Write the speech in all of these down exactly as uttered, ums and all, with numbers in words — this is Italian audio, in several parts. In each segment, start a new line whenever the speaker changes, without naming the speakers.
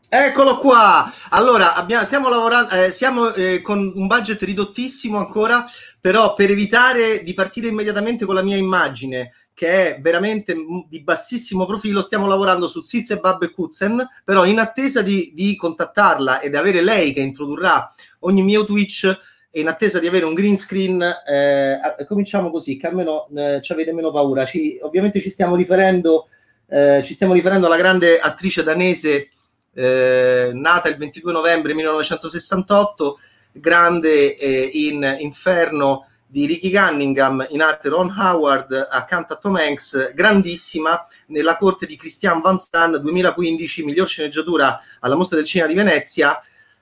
Eccolo qua! Allora, abbiamo, stiamo lavorando, eh, siamo eh, con un budget ridottissimo ancora, però per evitare di partire immediatamente con la mia immagine, che è veramente m- di bassissimo profilo, stiamo lavorando su Ziz e Bab e Kutzen, però in attesa di, di contattarla ed avere lei che introdurrà ogni mio Twitch, e in attesa di avere un green screen, eh, cominciamo così, che almeno eh, ci avete meno paura. Ci, ovviamente ci stiamo riferendo, eh, ci stiamo riferendo alla grande attrice danese, eh, nata il ventidue novembre millenovecentosessantotto, grande eh, in Inferno di Ricky Cunningham, in arte Ron Howard, accanto a Tom Hanks, grandissima nella corte di Christian Van Stan, duemilaquindici, miglior sceneggiatura alla Mostra del Cinema di Venezia.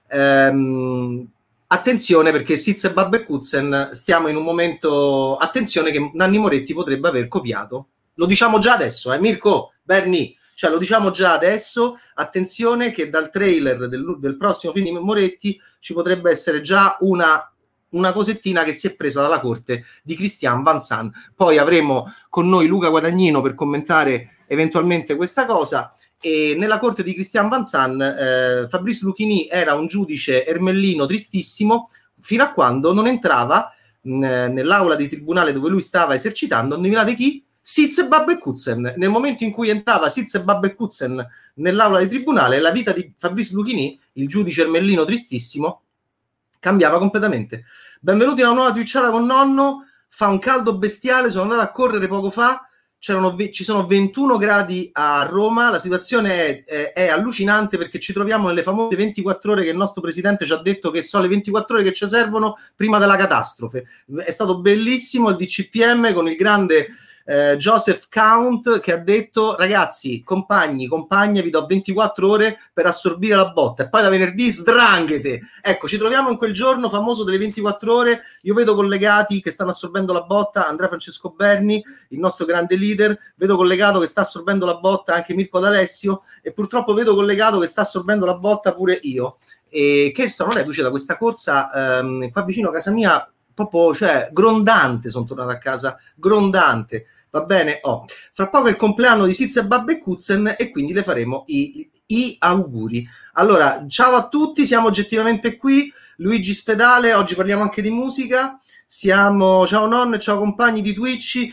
Ehm, attenzione, perché Ziz e Bab e Kutzen stiamo in un momento, attenzione, che Nanni Moretti potrebbe aver copiato. Lo diciamo già adesso, eh Mirko, Berni, cioè lo diciamo già adesso, attenzione che dal trailer del, del prossimo film di Moretti ci potrebbe essere già una, una cosettina che si è presa dalla corte di Christian Van San. Poi avremo con noi Luca Guadagnino per commentare eventualmente questa cosa. E nella corte di Christian Van San, eh, Fabrice Lucchini era un giudice ermellino tristissimo fino a quando non entrava mh, nell'aula di tribunale dove lui stava esercitando. Indovinate chi? Ziz e Bab e Kutzen. Nel momento in cui entrava Ziz e Bab e Kutzen nell'aula di tribunale, la vita di Fabrice Lucchini, il giudice ermellino tristissimo, cambiava completamente. Benvenuti a una nuova twitchata con nonno. Fa un caldo bestiale, sono andato a correre poco fa, c'erano, ci sono ventuno gradi a Roma, la situazione è, è, è allucinante, perché ci troviamo nelle famose ventiquattro ore che il nostro presidente ci ha detto che sono le ventiquattro ore che ci servono prima della catastrofe. È stato bellissimo il D C P M con il grande eh, Joseph Count, che ha detto: ragazzi, compagni, compagne, vi do ventiquattro ore per assorbire la botta e poi da venerdì sdranghete. Ecco, ci troviamo in quel giorno famoso delle ventiquattro ore. Io vedo collegati che stanno assorbendo la botta Andrea Francesco Berni, il nostro grande leader, vedo collegato che sta assorbendo la botta anche Mirko D'Alessio, e purtroppo vedo collegato che sta assorbendo la botta pure io, e che sono reduce da questa corsa ehm, qua vicino a casa mia, proprio, cioè, grondante. Sono tornato a casa grondante. Va bene? Oh. Fra poco è il compleanno di Ziz e Bab e Kutzen, e quindi le faremo i, i auguri. Allora, ciao a tutti, siamo oggettivamente qui. Luigi Spedale, oggi parliamo anche di musica. Siamo, ciao nonno e ciao compagni di Twitch.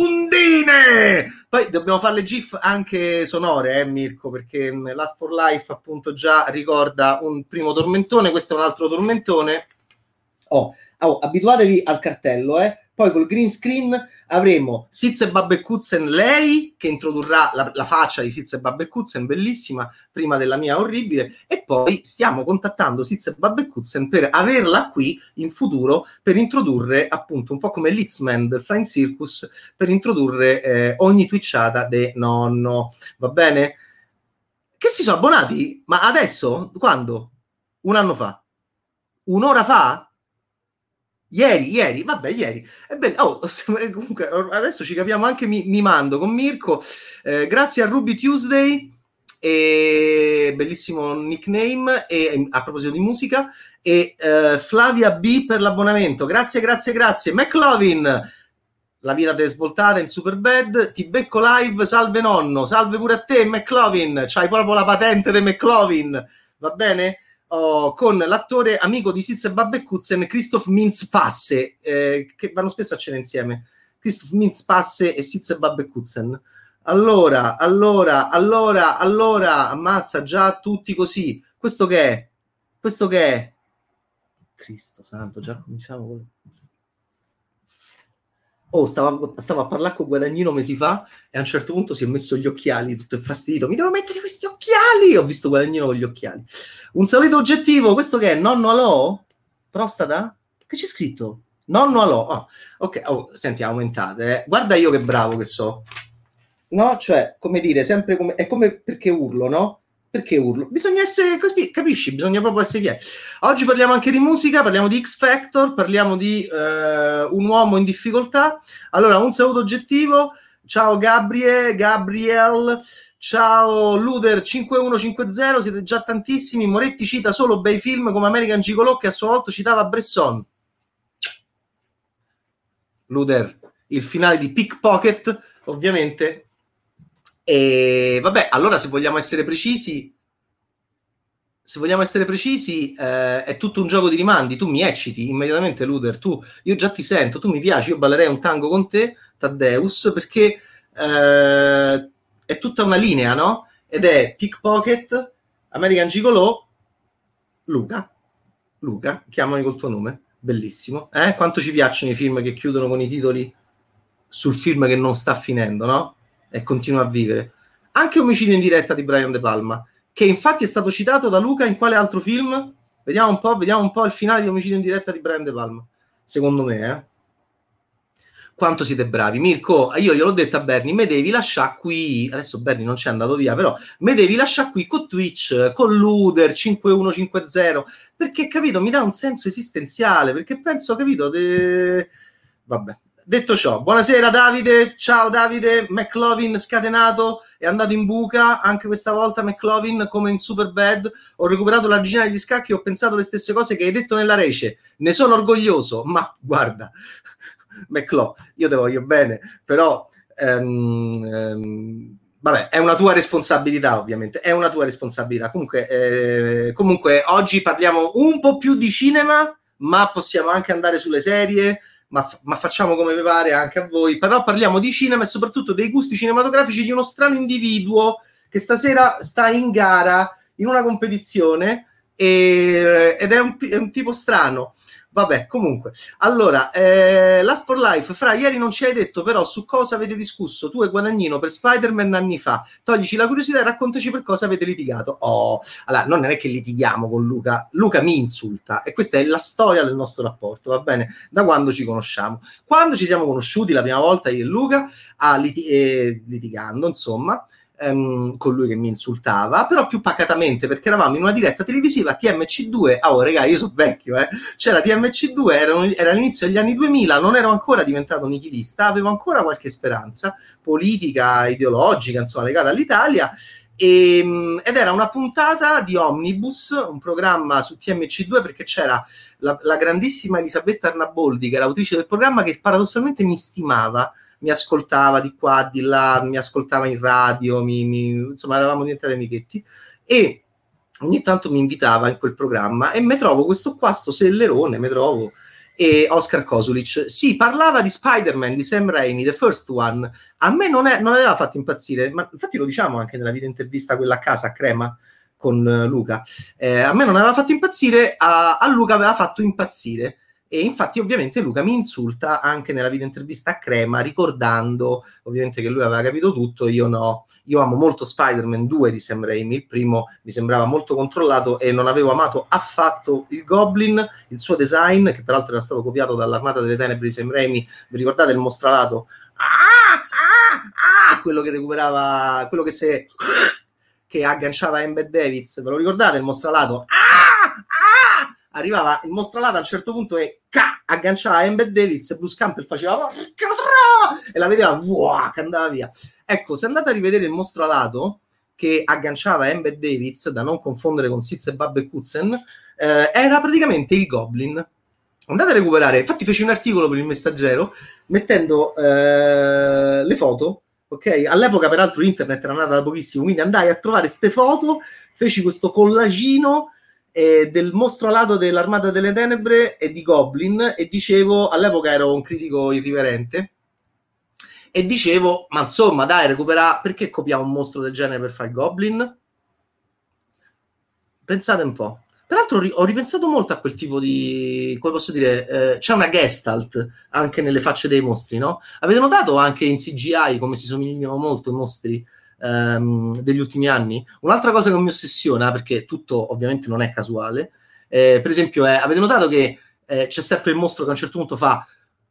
Undine! Poi dobbiamo fare le GIF anche sonore, eh Mirko, perché Last for Life appunto già ricorda un primo tormentone, questo è un altro tormentone. Oh, oh, abituatevi al cartello, eh. Poi col green screen avremo Ziz e Bab e Kutzen, lei che introdurrà la, la faccia di Ziz e Bab e Kutzen, bellissima, prima della mia orribile, e poi stiamo contattando Ziz e Bab e Kutzen per averla qui in futuro, per introdurre appunto un po' come Litzman del Flying Circus, per introdurre eh, ogni twitchata de nonno. Va bene? Che si sono abbonati? Ma adesso? Quando? Un anno fa? Un'ora fa? Ieri, ieri, vabbè, ieri. Ebbene, oh, comunque, adesso ci capiamo anche mi, mimando con Mirko. Eh, grazie a Ruby Tuesday, e bellissimo nickname, e a proposito di musica, e eh, Flavia B per l'abbonamento. Grazie, grazie, grazie. McLovin, la vita te svoltata in Superbad. Ti becco live, salve nonno, salve pure a te McLovin, c'hai proprio la patente di McLovin, va bene? Oh, con l'attore amico di Ziz e Bab e Kutzen, Christoph Mintz-Passe, eh, che vanno spesso a cena insieme. Christoph Mintz-Passe e Ziz e Bab e Kutzen. Allora, allora, allora, allora, ammazza già tutti così. Questo che è? Questo che è? Cristo santo, già cominciamo con... Oh, stavo, stavo a parlare con Guadagnino mesi fa, e a un certo punto si è messo gli occhiali, tutto infastidito. Mi devo mettere questi occhiali! Ho visto Guadagnino con gli occhiali. Un saluto oggettivo, questo che è? Nonno alò? Prostata? Che c'è scritto? Nonno alò. Oh, ok, oh, senti, aumentate. Eh. Guarda io che bravo che so. No? Cioè, come dire, sempre come... È come perché urlo, no? Perché urlo? Bisogna essere, capisci? Bisogna proprio essere chiari. Oggi parliamo anche di musica, parliamo di X Factor, parliamo di eh, un uomo in difficoltà. Allora, un saluto oggettivo. Ciao Gabriele, Gabriel, ciao Luder cinque uno cinque zero, siete già tantissimi. Moretti cita solo bei film come American Gigolo, che a sua volta citava Bresson. Luder, il finale di Pickpocket, ovviamente. E vabbè, allora se vogliamo essere precisi, se vogliamo essere precisi, eh, è tutto un gioco di rimandi. Tu mi ecciti immediatamente, Luder. Tu, io già ti sento, tu mi piaci, io ballerei un tango con te, Taddeus, perché eh, è tutta una linea, no? Ed è Pickpocket, American Gigolo, Luca. Luca, chiamami col tuo nome, bellissimo. Eh? Quanto ci piacciono i film che chiudono con i titoli sul film che non sta finendo, no? E continua a vivere. Anche Omicidio in diretta di Brian De Palma, che infatti è stato citato da Luca in quale altro film? Vediamo un po', vediamo un po' il finale di Omicidio in diretta di Brian De Palma. Secondo me, eh. Quanto siete bravi. Mirko, io gliel'ho detto a Bernie, me devi lasciare qui, adesso Bernie non c'è andato via, però me devi lasciare qui con Twitch, con Luder, cinque uno cinque zero, perché, capito, mi dà un senso esistenziale, perché penso, capito, de... vabbè. Detto ciò, buonasera Davide, ciao Davide, McLovin scatenato, è andato in buca, anche questa volta McLovin come in Superbad, ho recuperato la regina degli scacchi e ho pensato le stesse cose che hai detto nella rece, ne sono orgoglioso, ma guarda, McLo, io te voglio bene, però ehm, ehm, vabbè, è una tua responsabilità ovviamente, è una tua responsabilità, comunque, eh, comunque oggi parliamo un po' più di cinema, ma possiamo anche andare sulle serie, Ma, ma facciamo come vi pare anche a voi, però parliamo di cinema e soprattutto dei gusti cinematografici di uno strano individuo che stasera sta in gara in una competizione e, ed è un, è un tipo strano. Vabbè, comunque, allora, eh, Last for Life, Fra, ieri non ci hai detto però su cosa avete discusso tu e Guadagnino per Spider-Man anni fa. Toglici la curiosità e raccontaci per cosa avete litigato. Oh, allora, non è che litighiamo con Luca, Luca mi insulta e questa è la storia del nostro rapporto, va bene? Da quando ci conosciamo. Quando ci siamo conosciuti la prima volta io e Luca, a liti- eh, litigando, insomma, Um, con lui che mi insultava, però più pacatamente, perché eravamo in una diretta televisiva T M C due. Ah, oh, regà, io sono vecchio, eh. C'era T M C due, era, era l'inizio degli anni duemila, non ero ancora diventato nichilista, avevo ancora qualche speranza politica, ideologica, insomma, legata all'Italia. E, ed era una puntata di Omnibus, un programma su T M C due, perché c'era la, la grandissima Elisabetta Arnaboldi, che era autrice del programma, che paradossalmente mi stimava, mi ascoltava di qua, di là, mi ascoltava in radio, mi, mi, insomma eravamo diventati amichetti e ogni tanto mi invitava in quel programma e me trovo questo qua, sto sellerone, me trovo, e Oscar Kosulic, sì, parlava di Spider-Man, di Sam Raimi, The First One, a me non, è, non aveva fatto impazzire, ma infatti lo diciamo anche nella video intervista quella a casa a Crema con uh, Luca, eh, a me non aveva fatto impazzire, a, a Luca aveva fatto impazzire. E infatti ovviamente Luca mi insulta anche nella video intervista a Crema, ricordando ovviamente che lui aveva capito tutto, io no. Io amo molto Spider-Man due di Sam Raimi, il primo mi sembrava molto controllato e non avevo amato affatto il Goblin, il suo design, che peraltro era stato copiato dall'Armata delle Tenebre di Sam Raimi. Vi ricordate il mostralato? Ah, ah, ah, quello che recuperava, quello che se che agganciava Embed Davids, ve lo ricordate il mostralato? Ah, ah! Arrivava il mostralato a un certo punto e ca, agganciava Embed Davids e Bruce Campbell faceva e la vedeva wow, che andava via. Ecco, se andate a rivedere il mostralato che agganciava Embed Davids, da non confondere con Sitz e Babbe Kutzen, eh, era praticamente il Goblin. Andate a recuperare, infatti feci un articolo per il Messaggero mettendo eh, le foto, ok? All'epoca peraltro internet era nata da pochissimo, quindi andai a trovare queste foto, feci questo collagino eh, del mostro alato dell'Armata delle Tenebre e di Goblin e dicevo, all'epoca ero un critico irriverente e dicevo, ma insomma dai, recupera, perché copiamo un mostro del genere per fare il Goblin? Pensate un po'. Peraltro ho ripensato molto a quel tipo di, come posso dire, eh, c'è una gestalt anche nelle facce dei mostri, no? Avete notato anche in C G I come si somigliano molto i mostri ehm, degli ultimi anni? Un'altra cosa che mi ossessiona, perché tutto ovviamente non è casuale, eh, per esempio, è, avete notato che eh, c'è sempre il mostro che a un certo punto fa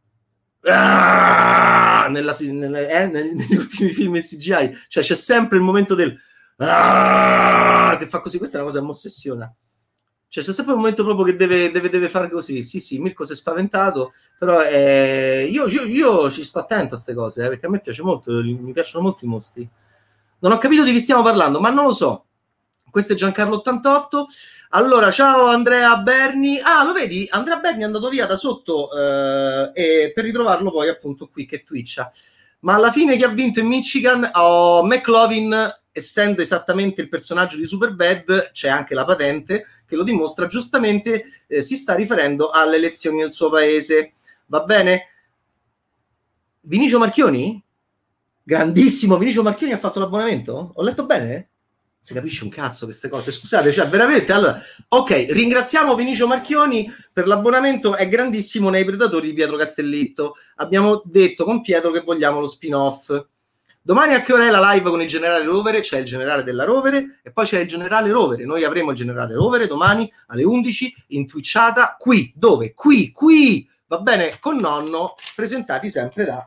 nella, nelle, eh, negli ultimi film in C G I, cioè c'è sempre il momento del che fa così, questa è una cosa che mi ossessiona. Cioè c'è sempre un momento proprio che deve, deve, deve fare così. Sì, sì, Mirko si è spaventato, però eh, io, io, io ci sto attento a queste cose, eh, perché a me piace molto, mi piacciono molto i mostri. Non ho capito di chi stiamo parlando, ma non lo so. Questo è Giancarlo ottantotto. Allora, ciao Andrea Berni. Ah, lo vedi? Andrea Berni è andato via da sotto eh, e per ritrovarlo poi appunto qui che twitcha. ma alla fine chi ha vinto in Michigan? Oh, McLovin, essendo esattamente il personaggio di Superbad, c'è anche la patente che lo dimostra, giustamente eh, si sta riferendo alle elezioni del suo paese. Va bene? Vinicio Marchioni? Grandissimo, Vinicio Marchioni ha fatto l'abbonamento? Ho letto bene? Si capisce un cazzo queste cose, scusate, cioè veramente, allora, ok, ringraziamo Vinicio Marchioni per l'abbonamento, è grandissimo nei Predatori di Pietro Castellitto. Abbiamo detto con Pietro che vogliamo lo spin-off. Domani a che ora è la live con il generale Rovere? C'è il generale della Rovere e poi c'è il generale Rovere. Noi avremo il generale Rovere domani alle undici in Twitchata, qui, dove? Qui, qui, va bene, con nonno, presentati sempre da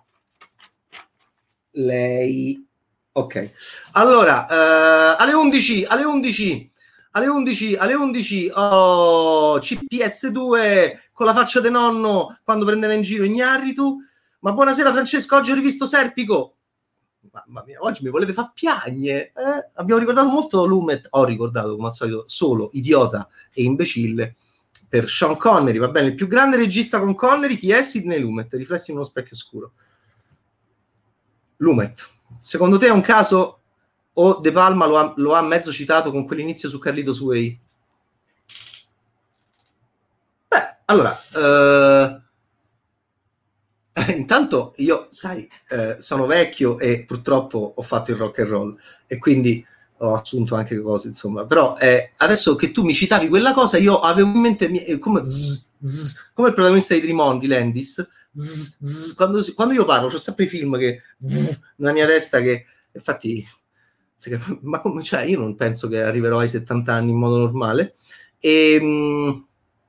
lei. Ok, allora eh, alle undici, alle undici, alle undici, alle undici, oh, C P S due con la faccia de nonno quando prendeva in giro Ignarritu. Ma buonasera Francesco, oggi ho rivisto Serpico. Mamma mia, oggi mi volete far piagne? Eh? Abbiamo ricordato molto Lumet, ho ricordato come al solito solo idiota e imbecille per Sean Connery, va bene, il più grande regista con Connery, chi è? Sidney Lumet, riflessi in uno specchio scuro. Lumet. Secondo te è un caso o De Palma lo ha, lo ha mezzo citato con quell'inizio su Carlito Way? Beh, allora, eh, intanto io, sai, eh, sono vecchio e purtroppo ho fatto il rock and roll e quindi ho aggiunto anche cose, insomma, però eh, adesso che tu mi citavi quella cosa, io avevo in mente eh, come, zzz, zzz, come il protagonista di Dream di Landis. Zzz, zzz, quando, quando io parlo c'ho sempre i film che zzz, nella mia testa che infatti ma come, cioè io non penso che arriverò ai settanta anni in modo normale e mh,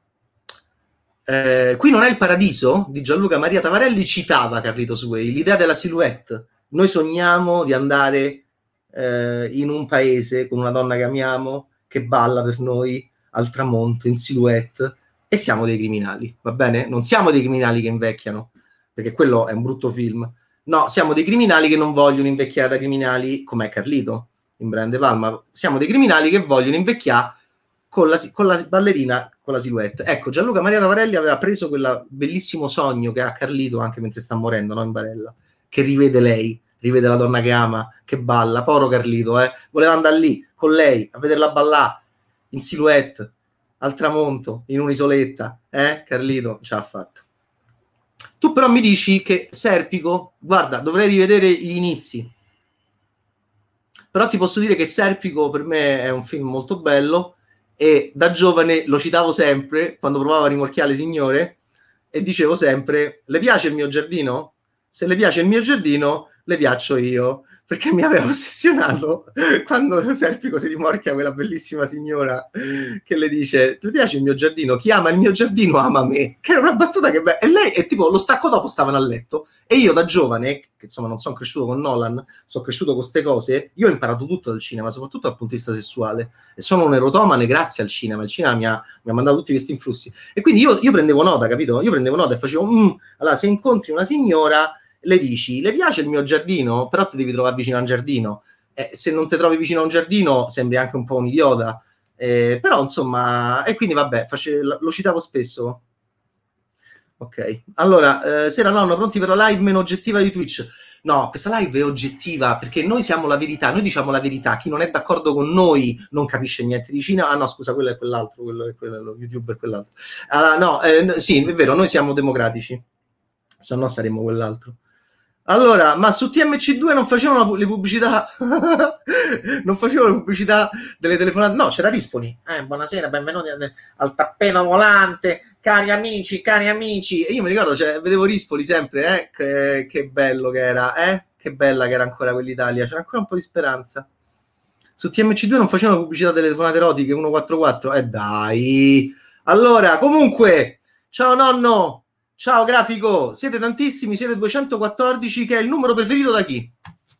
eh, Qui non è il paradiso di Gianluca Maria Tavarelli citava Carlito Way, l'idea della silhouette. Noi sogniamo di andare eh, in un paese con una donna che amiamo che balla per noi al tramonto in silhouette e siamo dei criminali, va bene? Non siamo dei criminali che invecchiano, perché quello è un brutto film. No, siamo dei criminali che non vogliono invecchiare da criminali, come Carlito in Brian De Palma. Siamo dei criminali che vogliono invecchiare con la, con la ballerina, con la silhouette. Ecco, Gianluca Maria Tavarelli aveva preso quel bellissimo sogno che ha Carlito anche mentre sta morendo, no, in barella, che rivede lei, rivede la donna che ama, che balla. Povero Carlito, eh? Voleva andare lì con lei a vederla ballare in silhouette al tramonto, in un'isoletta, eh? Carlito ce l'ha fatta. Tu però mi dici che Serpico, guarda, dovrei rivedere gli inizi, però ti posso dire che Serpico per me è un film molto bello e da giovane lo citavo sempre quando provavo a rimorchiare le signore e dicevo sempre: le piace il mio giardino? Se le piace il mio giardino, le piaccio io, perché mi aveva ossessionato quando Serpico si rimorchia quella bellissima signora che le dice: ti piace il mio giardino? Chi ama il mio giardino ama me, che era una battuta che be- e lei e tipo lo stacco dopo stavano a letto e io da giovane, che insomma non sono cresciuto con Nolan, sono cresciuto con queste cose, io ho imparato tutto dal cinema, soprattutto dal punto di vista sessuale, e sono un erotomane grazie al cinema. Il cinema mi ha, mi ha mandato tutti questi influssi e quindi io, io prendevo nota, capito? Io prendevo nota e facevo mm, allora se incontri una signora le dici: le piace il mio giardino? Però ti devi trovare vicino a un giardino, eh, se non ti trovi vicino a un giardino sembri anche un po' un idiota, eh, però insomma, e quindi vabbè, face, lo citavo spesso. Ok, allora eh, sera nonno, pronti per la live meno oggettiva di Twitch? No, questa live è oggettiva perché noi siamo la verità, noi diciamo la verità, chi non è d'accordo con noi non capisce niente di cinema. Ah no, scusa, quello è quell'altro, quello è quello, youtuber quell'altro. Allora, no, eh, sì, è vero, noi siamo democratici, se no saremmo quell'altro. Allora, ma su T M C due non facevano le pubblicità? Non facevano le pubblicità delle telefonate? No, c'era Rispoli. Eh, buonasera, benvenuti al tappeto volante, cari amici, cari amici. E io mi ricordo, cioè, vedevo Rispoli sempre, eh? Che, che bello che era, eh? Che bella che era ancora quell'Italia. C'era ancora un po' di speranza. Su T M C due non facevano pubblicità delle telefonate erotiche, centoquarantaquattro. Eh dai! Allora, comunque, ciao nonno! Ciao Grafico, siete tantissimi, siete duecentoquattordici, che è il numero preferito da chi?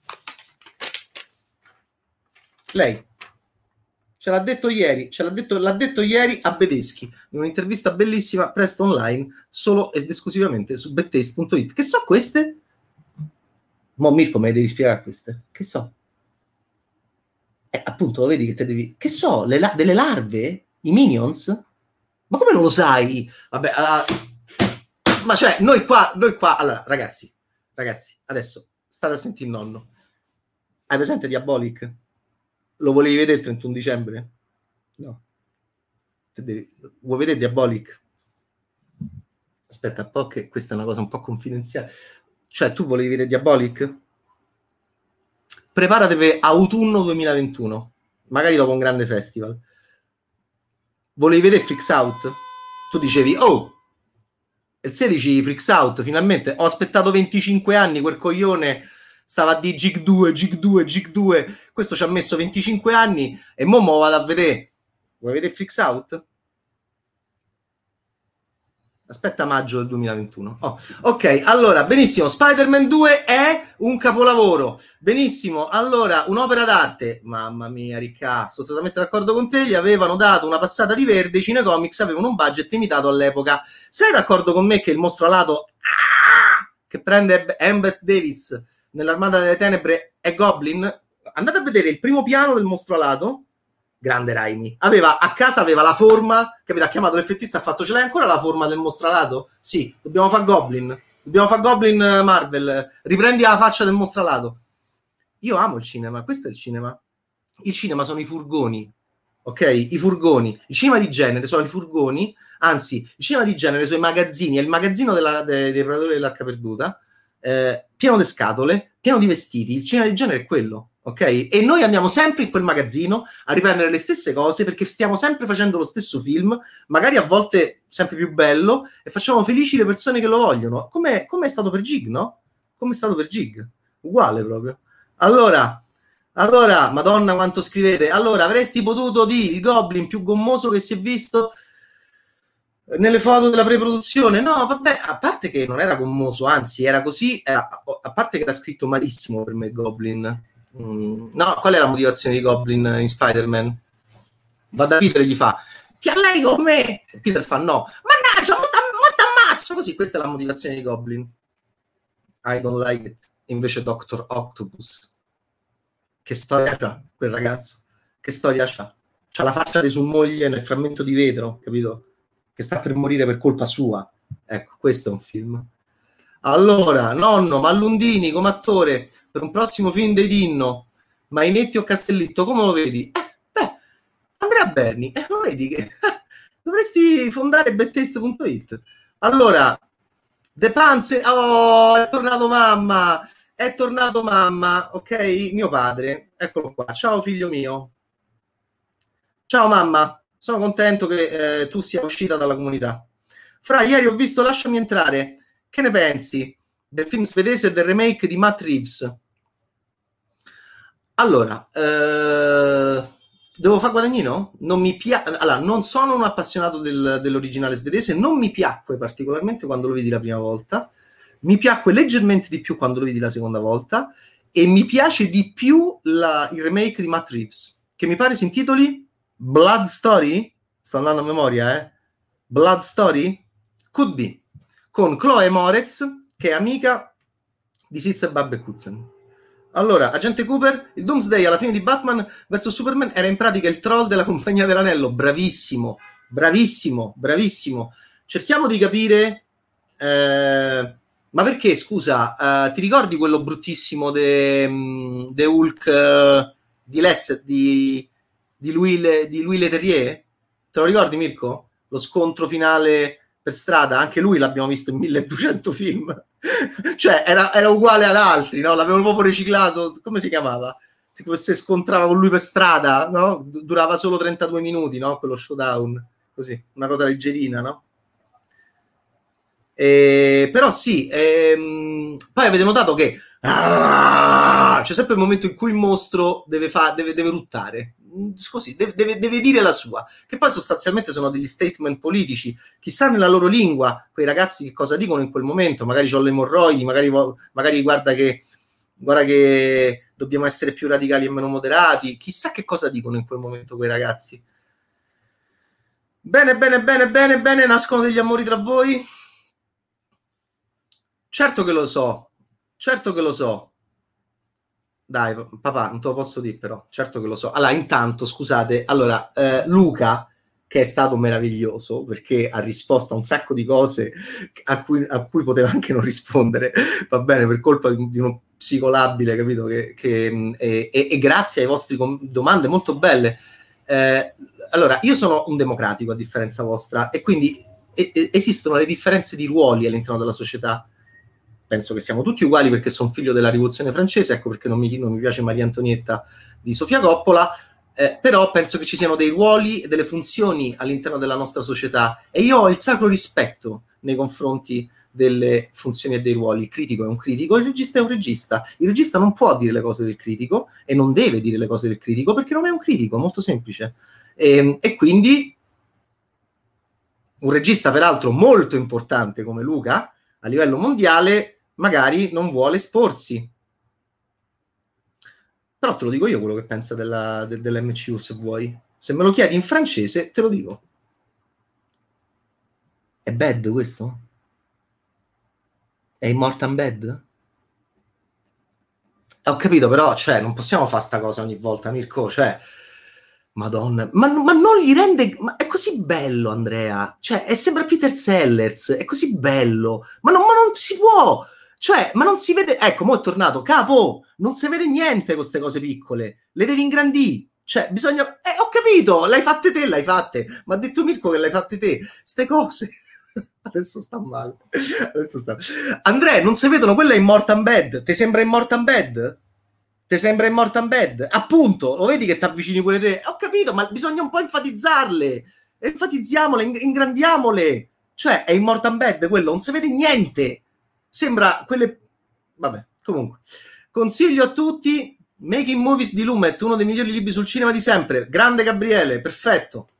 Lei. Ce l'ha detto ieri, ce l'ha detto, l'ha detto ieri a Bedeschi, in un'intervista bellissima, presto online, solo ed esclusivamente su bettaste punto it. Che so queste? Mo Mirko me le devi spiegare queste. Che so? Eh, appunto, vedi che te devi... Che so? Le la... Delle larve? I minions? Ma come non lo sai? Vabbè, allora... Ma cioè, noi qua, noi qua, allora, ragazzi, ragazzi, adesso state a sentire il nonno. Hai presente Diabolic? Lo volevi vedere il trentuno dicembre? No. Devi... Vuoi vedere Diabolic? Aspetta un po', che questa è una cosa un po' confidenziale. Cioè, tu volevi vedere Diabolic? Preparati per autunno duemilaventuno, magari dopo un grande festival. Volevi vedere Freaks Out? Tu dicevi, oh, il sedici Freaks Out, finalmente. Ho aspettato venticinque anni, quel coglione stava a di Gig due, Gig due, Gig due. Questo ci ha messo venticinque anni e mo mo vado a vedere. Vuoi vedere Freaks Out? Aspetta maggio del duemilaventuno. Oh, ok, allora, benissimo. Spider-Man due è un capolavoro. Benissimo, allora, un'opera d'arte. Mamma mia, Ricca, sono totalmente d'accordo con te. Gli avevano dato una passata di verde. I Cinecomics avevano un budget limitato all'epoca. Sei d'accordo con me che il mostro alato ah, che prende Embeth Davids nell'Armata delle Tenebre è Goblin? Andate a vedere il primo piano del mostro alato. Grande Raimi, aveva a casa aveva la forma, capito? Ha chiamato l'effettista, ha fatto ce l'hai ancora la forma del mostralato? Sì, dobbiamo fare Goblin, dobbiamo fare Goblin Marvel, riprendi la faccia del mostralato. Io amo il cinema, questo è il cinema. Il cinema sono i furgoni, ok? I furgoni. Il cinema di genere sono i furgoni, anzi, il cinema di genere sono i magazzini, è il magazzino della, de, dei Predatori dell'Arca Perduta, eh, pieno di scatole, pieno di vestiti. Il cinema di genere è quello. Ok? E noi andiamo sempre in quel magazzino a riprendere le stesse cose perché stiamo sempre facendo lo stesso film, magari a volte sempre più bello, e facciamo felici le persone che lo vogliono. Come è stato per Gig, no? Come è stato per Gig. Uguale proprio. Allora, allora, Madonna quanto scrivete. Allora, avresti potuto dire il Goblin più gommoso che si è visto nelle foto della pre-produzione? No, vabbè, a parte che non era gommoso, anzi era così, era, a parte che era scritto malissimo per me Goblin. Mm, no, qual è la motivazione di Goblin in Spider-Man? Va da Peter e gli fa ti allei con me? Peter fa no, mannaggia, mo t'ammazzo, così. Questa è la motivazione di Goblin. I don't like it. Invece Doctor Octopus, che storia c'ha quel ragazzo? Che storia c'ha? C'ha la faccia di sua moglie nel frammento di vetro, capito? Che sta per morire per colpa sua. Ecco, questo è un film. Allora, nonno, ma Lundini come attore per un prossimo film dei Dinno, Mainetti o Castellitto, come lo vedi? Eh, beh, Andrea Berni, eh, lo vedi che dovresti fondare bettaste punto it. Allora, The Panzer, oh, è tornato mamma, è tornato mamma, ok? Mio padre, eccolo qua, ciao figlio mio. Ciao mamma, sono contento che eh, tu sia uscita dalla comunità. Fra, ieri ho visto Lasciami entrare, che ne pensi del film svedese e del remake di Matt Reeves? Allora, eh, devo fare guadagnino? Non mi piace. Allora, non sono un appassionato del, dell'originale svedese, non mi piacque particolarmente quando lo vidi la prima volta, mi piacque leggermente di più quando lo vidi la seconda volta, e mi piace di più la, il remake di Matt Reeves, che mi pare si intitoli Blood Story? Sto andando a memoria, eh? Blood Story? Could be. Con Chloe Moretz, che è amica di Sitz Babbe Kutzen. Allora, Agente Cooper, il Doomsday alla fine di Batman versus Superman era in pratica il troll della Compagnia dell'Anello. Bravissimo, bravissimo, bravissimo. Cerchiamo di capire... Eh, ma perché, scusa, eh, ti ricordi quello bruttissimo de, de Hulk eh, di Lesset, di, di, Louis Le, di Louis Leterrier? Te lo ricordi, Mirko? Lo scontro finale per strada, anche lui l'abbiamo visto in milleduecento film. Cioè era, era uguale ad altri, no? L'avevano proprio riciclato. Come si chiamava? Se scontrava con lui per strada, no? Durava solo trentadue minuti, no? Quello showdown, così, una cosa leggerina, no? E, però sì, ehm, poi avete notato che ah, c'è sempre il momento in cui il mostro deve, fa, deve, deve ruttare, così, deve, deve, deve dire la sua, che poi sostanzialmente sono degli statement politici. Chissà nella loro lingua quei ragazzi che cosa dicono in quel momento. Magari c'ho le emorroidi, magari, magari guarda che guarda che dobbiamo essere più radicali e meno moderati. Chissà che cosa dicono in quel momento quei ragazzi. Bene, bene, bene, bene, bene, nascono degli amori tra voi? Certo che lo so, certo che lo so. Dai, papà, non te lo posso dire, però, certo che lo so. Allora, intanto, scusate, allora, eh, Luca, che è stato meraviglioso, perché ha risposto a un sacco di cose a cui, a cui poteva anche non rispondere, va bene, per colpa di, di uno psicolabile, capito? Che, che, e, e, e grazie ai vostri com- domande molto belle. Eh, allora, io sono un democratico a differenza vostra, e quindi e, e, esistono le differenze di ruoli all'interno della società. Penso che siamo tutti uguali perché sono figlio della rivoluzione francese, ecco perché non mi, non mi piace Maria Antonietta di Sofia Coppola, eh, però penso che ci siano dei ruoli e delle funzioni all'interno della nostra società, e io ho il sacro rispetto nei confronti delle funzioni e dei ruoli. Il critico è un critico, il regista è un regista. Il regista non può dire le cose del critico e non deve dire le cose del critico perché non è un critico, molto semplice. E, e quindi un regista peraltro molto importante come Luca a livello mondiale magari non vuole esporsi. Però te lo dico io quello che pensa della, de, dell'M C U, se vuoi. Se me lo chiedi in francese te lo dico. È bad questo? È Immortal Bad? Ho capito, però, cioè, non possiamo fare sta cosa ogni volta, Mirko, cioè, madonna, ma, ma non gli rende, ma è così bello, Andrea, cioè, è, sembra Peter Sellers, è così bello, ma non, ma non si può, cioè, ma non si vede, ecco, mo' è tornato, capo, non si vede niente con queste cose piccole, le devi ingrandire, cioè, bisogna, eh, ho capito, l'hai fatte te, l'hai fatte, ma ha detto Mirko che l'hai fatte te, ste cose... Adesso sta male. Adesso sta... Andrea, non si vedono, quello è Immortal Bad. Ti sembra Immortal Bad? Ti sembra Immortal Bad? Appunto, lo vedi che ti avvicini pure te? Ho capito, ma bisogna un po' enfatizzarle. Enfatizziamole, ingrandiamole. Cioè, è Immortal Bad quello, non si vede niente. Sembra quelle... Vabbè, comunque. Consiglio a tutti Making Movies di Lumet, uno dei migliori libri sul cinema di sempre. Grande Gabriele, perfetto.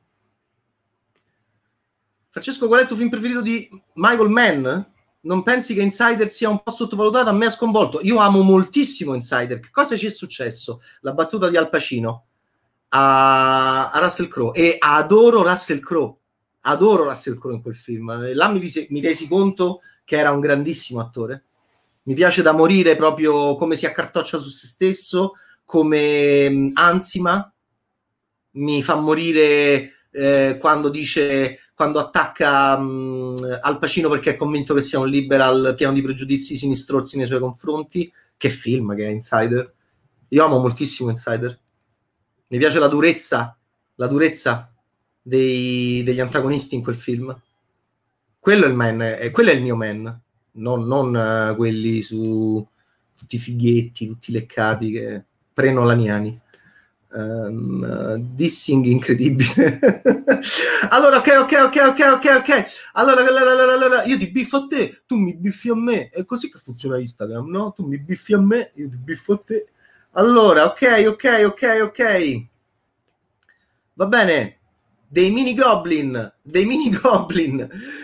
Francesco, qual è il tuo film preferito di Michael Mann? Non pensi che Insider sia un po' sottovalutato? A me ha sconvolto. Io amo moltissimo Insider. Che cosa ci è successo? La battuta di Al Pacino a, a Russell Crowe. E adoro Russell Crowe. Adoro Russell Crowe in quel film. Là mi, resi, mi resi conto che era un grandissimo attore. Mi piace da morire proprio come si accartoccia su se stesso, come ansima. Mi fa morire eh, quando dice... quando attacca um, Al Pacino perché è convinto che sia un liberal pieno di pregiudizi sinistrozzi nei suoi confronti. Che film che è Insider. Io amo moltissimo Insider. Mi piace la durezza, la durezza dei, degli antagonisti in quel film. Quello è il man, eh, quello è il mio man, non, non uh, quelli su tutti i fighetti, tutti leccati che pre-nolaniani. Um, uh, dissing incredibile. Allora, ok, ok, ok, ok, ok, ok. Allora, allora, allora, io ti biffo a te, tu mi biffi a me. È così che funziona Instagram, no? Tu mi biffi a me, io ti biffo a te. Allora, ok, ok, ok, ok. Va bene. Dei mini goblin, dei mini goblin.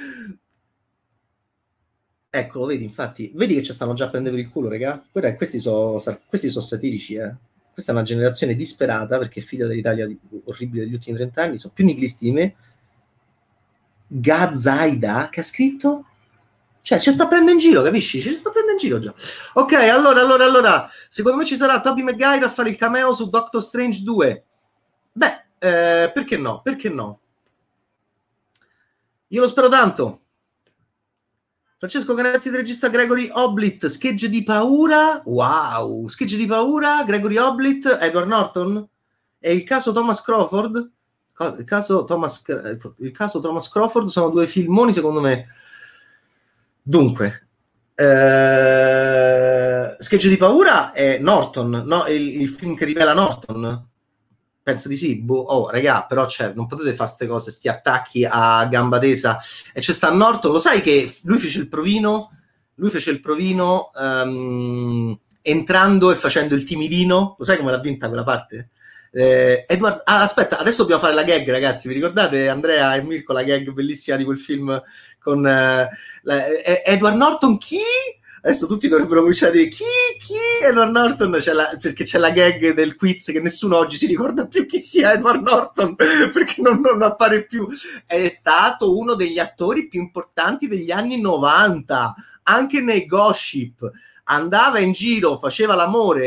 Ecco, lo vedi, infatti. Vedi che ci stanno già a prendere il culo, raga? Guarda, questi sono questi so satirici, eh. Questa è una generazione disperata perché è figlia dell'Italia orribile degli ultimi trent'anni, sono più nichilisti di me. Gazaida, che ha scritto? Cioè, ci sta prendendo in giro, capisci? Ci sta prendendo in giro già. Ok, allora, allora, allora, secondo me ci sarà Tobey Maguire a fare il cameo su Doctor Strange due. Beh, eh, perché no? Perché no? Io lo spero tanto. Francesco Canezzi del regista Gregory Oblit, schegge di paura, wow, schegge di paura, Gregory Oblit, Edward Norton, e il caso Thomas Crawford, il caso Thomas, il caso Thomas Crawford sono due filmoni secondo me. Dunque, eh, schegge di paura è Norton, no? il, il film che rivela Norton. Penso di sì, boh, oh raga, però cioè, non potete fare queste cose, sti attacchi a gamba tesa. E c'è sta Norton, lo sai che lui fece il provino, lui fece il provino um, entrando e facendo il timidino, lo sai come l'ha vinta quella parte? Eh, Edward, ah, aspetta, adesso dobbiamo fare la gag, ragazzi, vi ricordate Andrea e Mirko, la gag bellissima di quel film con eh, la, eh, Edward Norton, chi? Adesso tutti dovrebbero cominciare a dire chi, chi Edward Norton, c'è la, perché c'è la gag del quiz che nessuno oggi si ricorda più chi sia Edward Norton, perché non, non appare più. È stato uno degli attori più importanti degli anni novanta, anche nei gossip. Andava in giro, faceva l'amore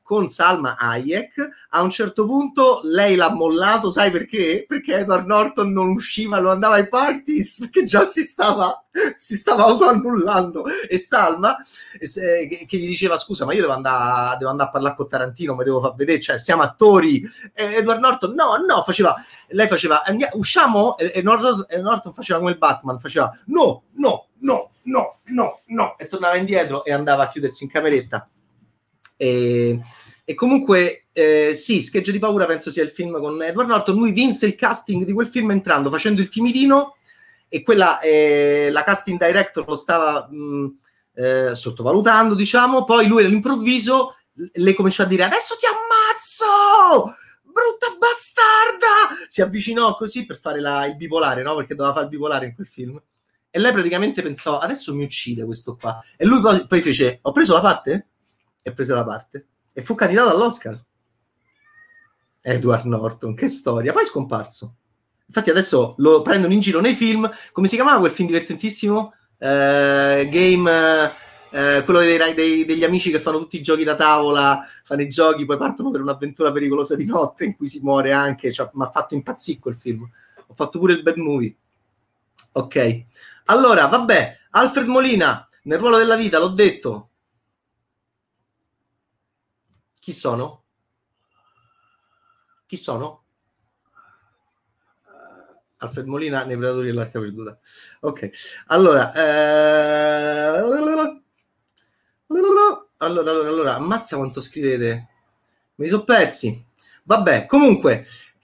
con Salma Hayek. A un certo punto lei l'ha mollato, sai perché? Perché Edward Norton non usciva, non andava ai parties, perché già si stava, si stava autoannullando. E Salma, eh, che, che gli diceva, scusa, ma io devo andare, devo andare a parlare con Tarantino, mi devo far vedere, cioè siamo attori. E Edward Norton, no, no, faceva, lei faceva, usciamo? E, e, Norton, e Norton faceva come il Batman, faceva, no, no, no, no, no, no, e tornava indietro e andava a chiudersi in cameretta. E, e comunque eh, sì, Schegge di paura penso sia il film con Edward Norton. Lui vinse il casting di quel film entrando, facendo il timidino, e quella eh, la casting director lo stava mh, eh, sottovalutando, diciamo. Poi lui all'improvviso le cominciò a dire: adesso ti ammazzo, brutta bastarda. Si avvicinò così per fare la, il bipolare, no? Perché doveva fare il bipolare in quel film. E lei praticamente pensò: adesso mi uccide questo qua. E lui poi, poi fece: ho preso la parte? E prese la parte. E fu candidato all'Oscar. Edward Norton, che storia. Poi è scomparso. Infatti adesso lo prendono in giro nei film. Come si chiamava quel film divertentissimo? Uh, game... Uh, quello dei, dei, degli amici che fanno tutti i giochi da tavola, fanno i giochi, poi partono per un'avventura pericolosa di notte in cui si muore anche. Cioè, mi ha fatto impazzire quel film. Ho fatto pure il bad movie. Ok. Allora, vabbè, Alfred Molina, nel ruolo della vita, l'ho detto. Chi sono? Chi sono? Alfred Molina nei Predatori dell'Arca Perduta. Ok, allora, eh... allora, allora, allora, ammazza quanto scrivete. Mi sono persi. Vabbè, comunque,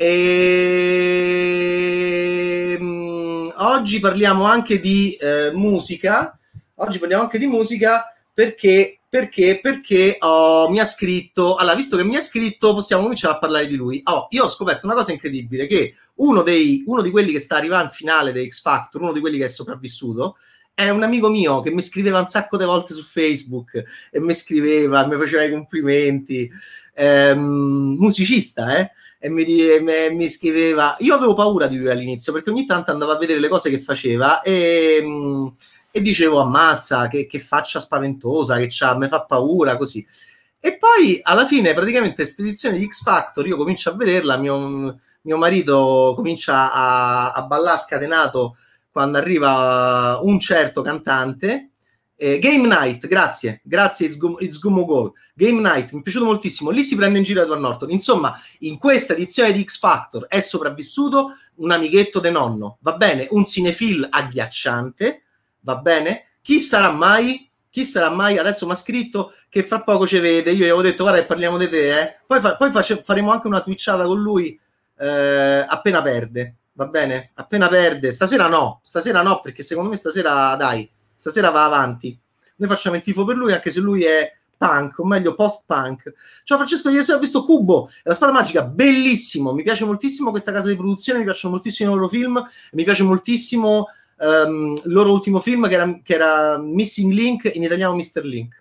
ehm... oggi parliamo anche di eh, musica. Oggi parliamo anche di musica perché, perché, perché oh, mi ha scritto. Allora, visto che mi ha scritto, possiamo cominciare a parlare di lui. Oh, io ho scoperto una cosa incredibile: che uno, dei, uno di quelli che sta arrivando in finale dei X Factor, uno di quelli che è sopravvissuto, è un amico mio che mi scriveva un sacco di volte su Facebook e mi scriveva, mi faceva i complimenti. Ehm, musicista, eh? E mi, mi, mi scriveva. Io avevo paura di lui all'inizio perché ogni tanto andavo a vedere le cose che faceva e, e dicevo: ammazza, che, che faccia spaventosa, che c'ha, mi fa paura, così. E poi alla fine, praticamente, questa edizione di X Factor, io comincio a vederla, mio, mio marito comincia a, a ballare scatenato quando arriva un certo cantante. Eh, Game Night, grazie, grazie, It's, Gum, It's Gumo Goal. Game Night, mi è piaciuto moltissimo. Lì si prende in giro Edward Norton. Insomma, in questa edizione di X Factor è sopravvissuto un amichetto de nonno, va bene? Un cinefil agghiacciante, va bene? Chi sarà mai? Chi sarà mai? Adesso mi ha scritto che fra poco ci vede. Io gli avevo detto: guarda, parliamo di te, eh. Poi, fa, poi face, faremo anche una twitchata con lui eh, appena perde, va bene? Appena perde. Stasera no, stasera no, perché secondo me stasera, dai, stasera va avanti. Noi facciamo il tifo per lui, anche se lui è punk, o meglio post-punk. Ciao Francesco, ieri sera ho visto Kubo, La spada magica, bellissimo, mi piace moltissimo questa casa di produzione, mi piacciono moltissimo i loro film, mi piace moltissimo um, il loro ultimo film che era, che era Missing Link, in italiano mister Link.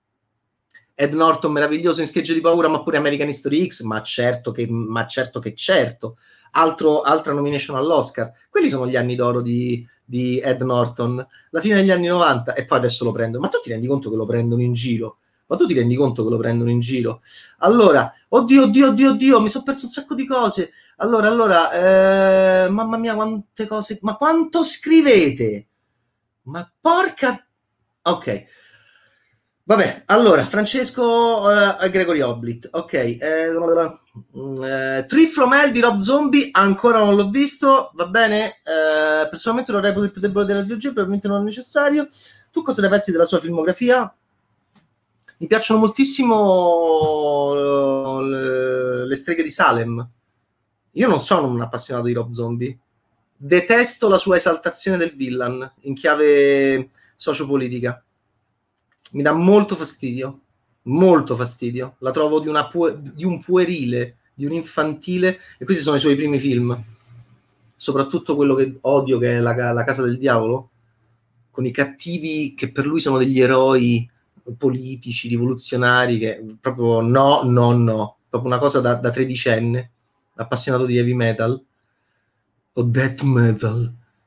Ed Norton meraviglioso in Schegge di paura, ma pure American History X, ma certo che, ma certo che certo. Altro, altra nomination all'Oscar. Quelli sono gli anni d'oro di, di Ed Norton, la fine degli anni novanta, e poi adesso lo prendo. Ma tu ti rendi conto che lo prendono in giro? Ma tu ti rendi conto che lo prendono in giro? Allora, oddio, oddio, oddio, oddio, mi sono perso un sacco di cose. Allora, allora, eh, mamma mia, quante cose, ma quanto scrivete? Ma porca... Ok. Vabbè, allora, Francesco uh, Gregory Oblit, ok, eh, uh, Tree from Hell di Rob Zombie, ancora non l'ho visto, va bene, uh, personalmente lo reputo il più debole della trilogia, probabilmente non è necessario. Tu cosa ne pensi della sua filmografia? Mi piacciono moltissimo uh, le, le streghe di Salem. Io non sono un appassionato di Rob Zombie, detesto la sua esaltazione del villain in chiave sociopolitica. Mi dà molto fastidio, molto fastidio. La trovo di, una pu- di un puerile, di un infantile, e questi sono i suoi primi film. Soprattutto quello che odio, che è La, la Casa del Diavolo, con i cattivi che per lui sono degli eroi politici, rivoluzionari, che proprio no, no, no. Proprio una cosa da, da tredicenne, appassionato di heavy metal o death metal.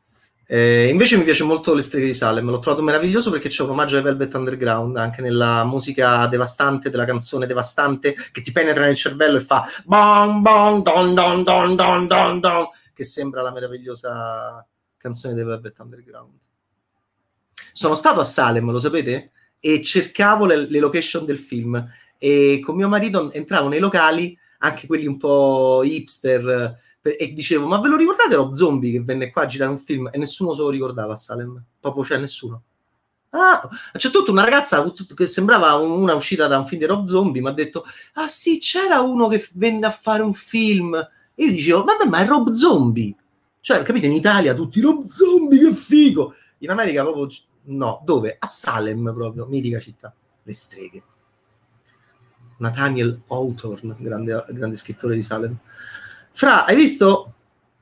Eh, invece mi piace molto Le streghe di Salem, l'ho trovato meraviglioso perché c'è un omaggio ai Velvet Underground anche nella musica devastante della canzone devastante che ti penetra nel cervello e fa bon bon don don don don don don, che sembra la meravigliosa canzone dei Velvet Underground. Sono stato a Salem, lo sapete? E cercavo le, le location del film e con mio marito entravo nei locali, anche quelli un po' hipster, e dicevo, ma ve lo ricordate Rob Zombie che venne qua a girare un film? E nessuno se lo ricordava a Salem, proprio c'è nessuno. Ah, c'è tutta una ragazza che sembrava una uscita da un film di Rob Zombie, mi ha detto, ah sì, c'era uno che venne a fare un film. E io dicevo, vabbè, ma è Rob Zombie. Cioè, capite, in Italia tutti Rob Zombie, che figo. In America proprio, no, dove? A Salem proprio, mitica città. Le streghe. Nathaniel Hawthorne, grande, grande scrittore di Salem. Fra, hai visto?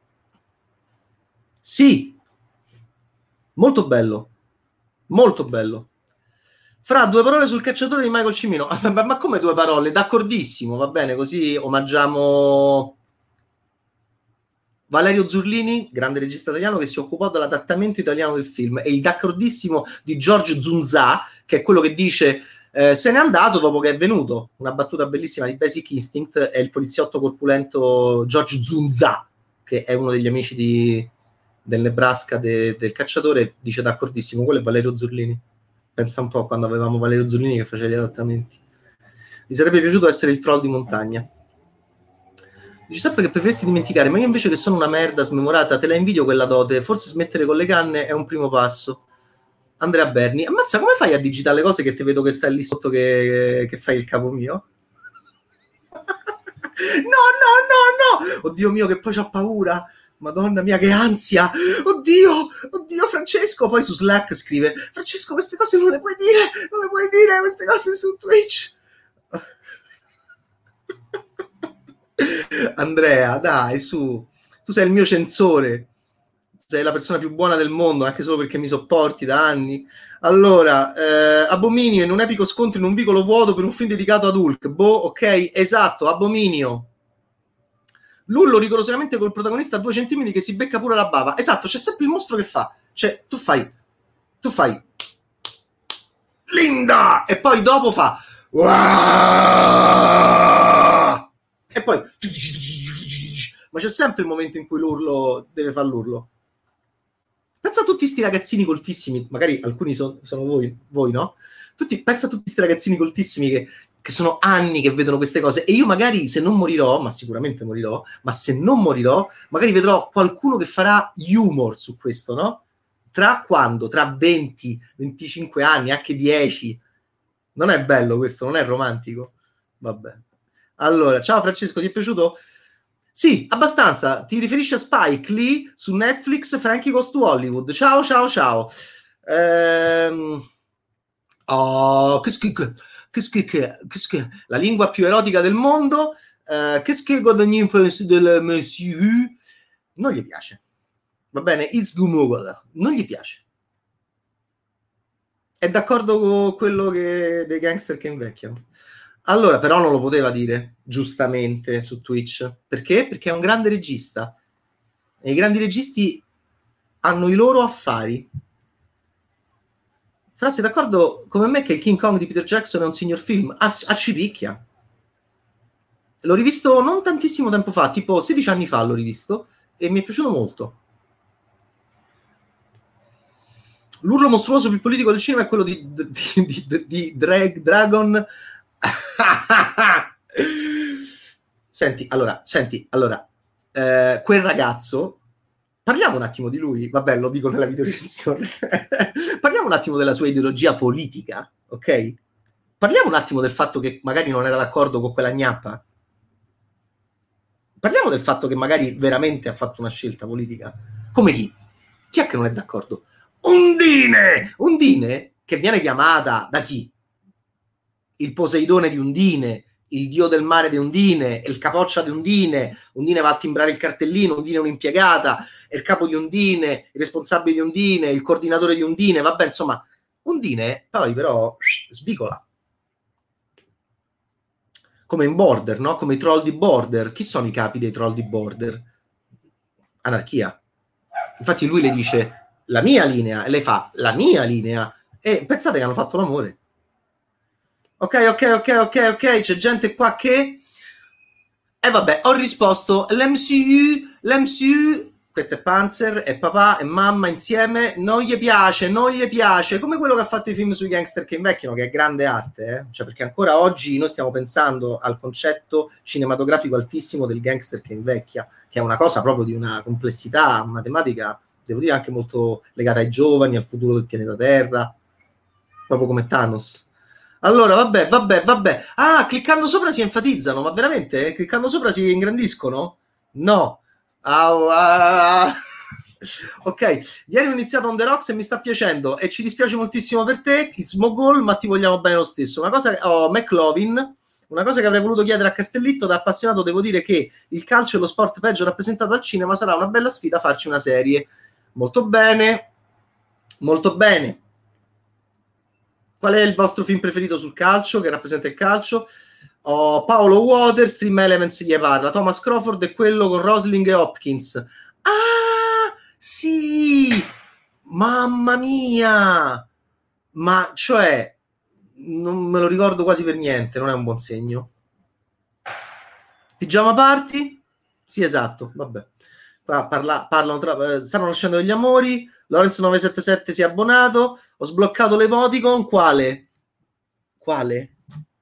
Sì, molto bello, molto bello. Fra, due parole sul cacciatore di Michael Cimino. Ma, ma come due parole? D'accordissimo, va bene, così omaggiamo Valerio Zurlini, grande regista italiano che si occupò dell'adattamento italiano del film, e il d'accordissimo di George Zunzà, che è quello che dice eh, se n'è andato dopo che è venuto. Una battuta bellissima di Basic Instinct è il poliziotto corpulento George Zunzà, che è uno degli amici di, del Nebraska de, del cacciatore, dice d'accordissimo, quello è Valerio Zurlini. Pensa un po' quando avevamo Valerio Zurlini che faceva gli adattamenti. Mi sarebbe piaciuto essere il troll di montagna. Dici sempre che preferisci dimenticare, ma io invece che sono una merda smemorata, te la invidio quella dote, forse smettere con le canne è un primo passo. Andrea Berni, ammazza, come fai a digitare le cose che ti vedo che stai lì sotto che, che fai il capo mio? No, no, no, no! Oddio mio, che poi c'ho paura. Madonna mia, che ansia! Oddio, oddio, Francesco! Poi su Slack scrive, Francesco, queste cose non le puoi dire, non le puoi dire, queste cose su Twitch. Andrea, dai, su, tu sei il mio censore, sei la persona più buona del mondo, anche solo perché mi sopporti da anni. Allora, eh, Abominio in un epico scontro in un vicolo vuoto per un film dedicato ad Hulk. Boh, ok, esatto, Abominio. Lullo rigorosamente col protagonista a due centimetri che si becca pure la bava. Esatto, c'è sempre il mostro che fa. Cioè, tu fai, tu fai, Linda! E poi dopo fa, Uaaah! E poi, ma c'è sempre il momento in cui l'urlo deve fare l'urlo. Pensa a tutti sti ragazzini coltissimi, magari alcuni so, sono voi, voi no? Tutti, pensa a tutti sti ragazzini coltissimi che, che sono anni che vedono queste cose, e io magari se non morirò, ma sicuramente morirò, ma se non morirò, magari vedrò qualcuno che farà humor su questo, no? Tra quando? Tra venti, venticinque anni, anche dieci. Non è bello questo, non è romantico? Vabbè. Allora, ciao Francesco, ti è piaciuto? Sì, abbastanza. Ti riferisci a Spike Lee su Netflix, Frankie Goes to Hollywood. Ciao, ciao, ciao. Ehm... Oh, che schifo. Che schifo. Che schifo. La lingua più erotica del mondo. Uh, che schifo del monsieur. Non gli piace. Va bene? It's Gumugol. Non gli piace. È d'accordo con quello che, dei gangster che invecchiano. Allora, però non lo poteva dire, giustamente, su Twitch. Perché? Perché è un grande regista. E i grandi registi hanno i loro affari. Fra, sei d'accordo come me che il King Kong di Peter Jackson è un signor film? A, a cipicchia. L'ho rivisto non tantissimo tempo fa, tipo sedici anni fa l'ho rivisto, e mi è piaciuto molto. L'urlo mostruoso più politico del cinema è quello di, di, di, di, di Drag, Dragon... senti, allora, senti, allora, eh, quel ragazzo, parliamo un attimo di lui, vabbè, lo dico nella video recensione, parliamo un attimo della sua ideologia politica, ok? Parliamo un attimo del fatto che magari non era d'accordo con quella gnappa. Parliamo del fatto che magari veramente ha fatto una scelta politica. Come chi? Chi è che non è d'accordo? Undine! Undine che viene chiamata da chi? Il Poseidone di Undine, il dio del mare di Undine, il capoccia di Undine, Undine va a timbrare il cartellino, Undine è un'impiegata, è il capo di Undine, il responsabile di Undine, il coordinatore di Undine, vabbè, insomma, Undine poi però svicola. Come in Border, no? Come i troll di Border. Chi sono i capi dei troll di Border? Anarchia. Infatti lui le dice, la mia linea, e lei fa la mia linea, e pensate che hanno fatto l'amore. Ok, ok, ok, ok, ok, c'è gente qua che... E vabbè, ho risposto l'M C U, l'M C U, questo è Panzer, è papà e mamma insieme, non gli piace, non gli piace, come quello che ha fatto i film sui gangster che invecchiano, che è grande arte, eh? Cioè, perché ancora oggi noi stiamo pensando al concetto cinematografico altissimo del gangster che invecchia, che è una cosa proprio di una complessità matematica, devo dire anche molto legata ai giovani, al futuro del pianeta Terra, proprio come Thanos. Allora, vabbè, vabbè, vabbè. Ah, cliccando sopra si enfatizzano, ma veramente? Cliccando sopra si ingrandiscono? No. Au, ah. Ok, ieri ho iniziato On The Rocks e mi sta piacendo e ci dispiace moltissimo per te, It's Mogol, ma ti vogliamo bene lo stesso. Una cosa, oh, McLovin, una cosa che avrei voluto chiedere a Castellitto, da appassionato devo dire che il calcio è lo sport peggio rappresentato al cinema, sarà una bella sfida farci una serie. Molto bene, molto bene. Qual è il vostro film preferito sul calcio, che rappresenta il calcio? Oh, Paolo Waters, Stream Elements gli parla. Thomas Crawford è quello con Rosling e Hopkins. Ah, sì! Mamma mia! Ma, cioè, non me lo ricordo quasi per niente, non è un buon segno. Pigiama Party? Sì, esatto, vabbè. Qua parla, parlano tra, stanno nascendo degli amori. Lorenzo nove sette sette si è abbonato. Ho sbloccato l'emoticon. Quale? Quale?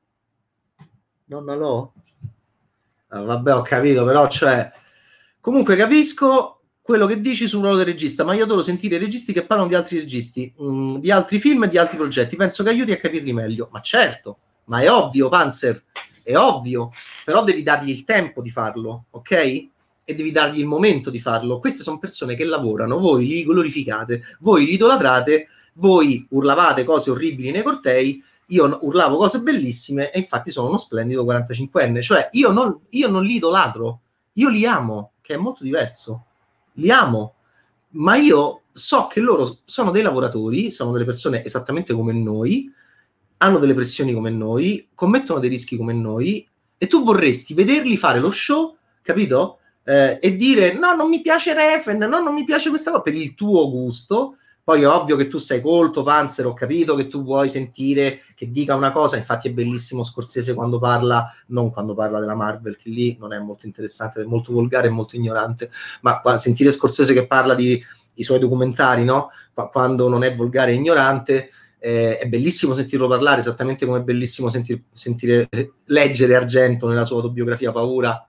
Nonna Lo? Ah, vabbè, ho capito, però, cioè... Comunque capisco quello che dici sul ruolo del regista, ma io adoro sentire i registi che parlano di altri registi, mh, di altri film e di altri progetti. Penso che aiuti a capirli meglio. Ma certo, ma è ovvio, Panzer, è ovvio. Però devi dargli il tempo di farlo, ok? E devi dargli il momento di farlo. Queste sono persone che lavorano, voi li glorificate, voi li idolatrate, voi urlavate cose orribili nei cortei, io urlavo cose bellissime e infatti sono uno splendido quarantacinquenne. Cioè io non, io non li idolatro, io li amo, che è molto diverso. Li amo, ma io so che loro sono dei lavoratori, sono delle persone esattamente come noi, hanno delle pressioni come noi, commettono dei rischi come noi, e tu vorresti vederli fare lo show, capito? Eh, e dire no, non mi piace Refn, no, non mi piace questa cosa per il tuo gusto. Poi è ovvio che tu sei colto, Panzer, ho capito che tu vuoi sentire che dica una cosa, infatti è bellissimo Scorsese quando parla, non quando parla della Marvel, che lì non è molto interessante, è molto volgare e molto ignorante, ma sentire Scorsese che parla di i suoi documentari, no? Quando non è volgare e ignorante, eh, è bellissimo sentirlo parlare, esattamente come è bellissimo sentir, sentire, leggere Argento nella sua autobiografia Paura,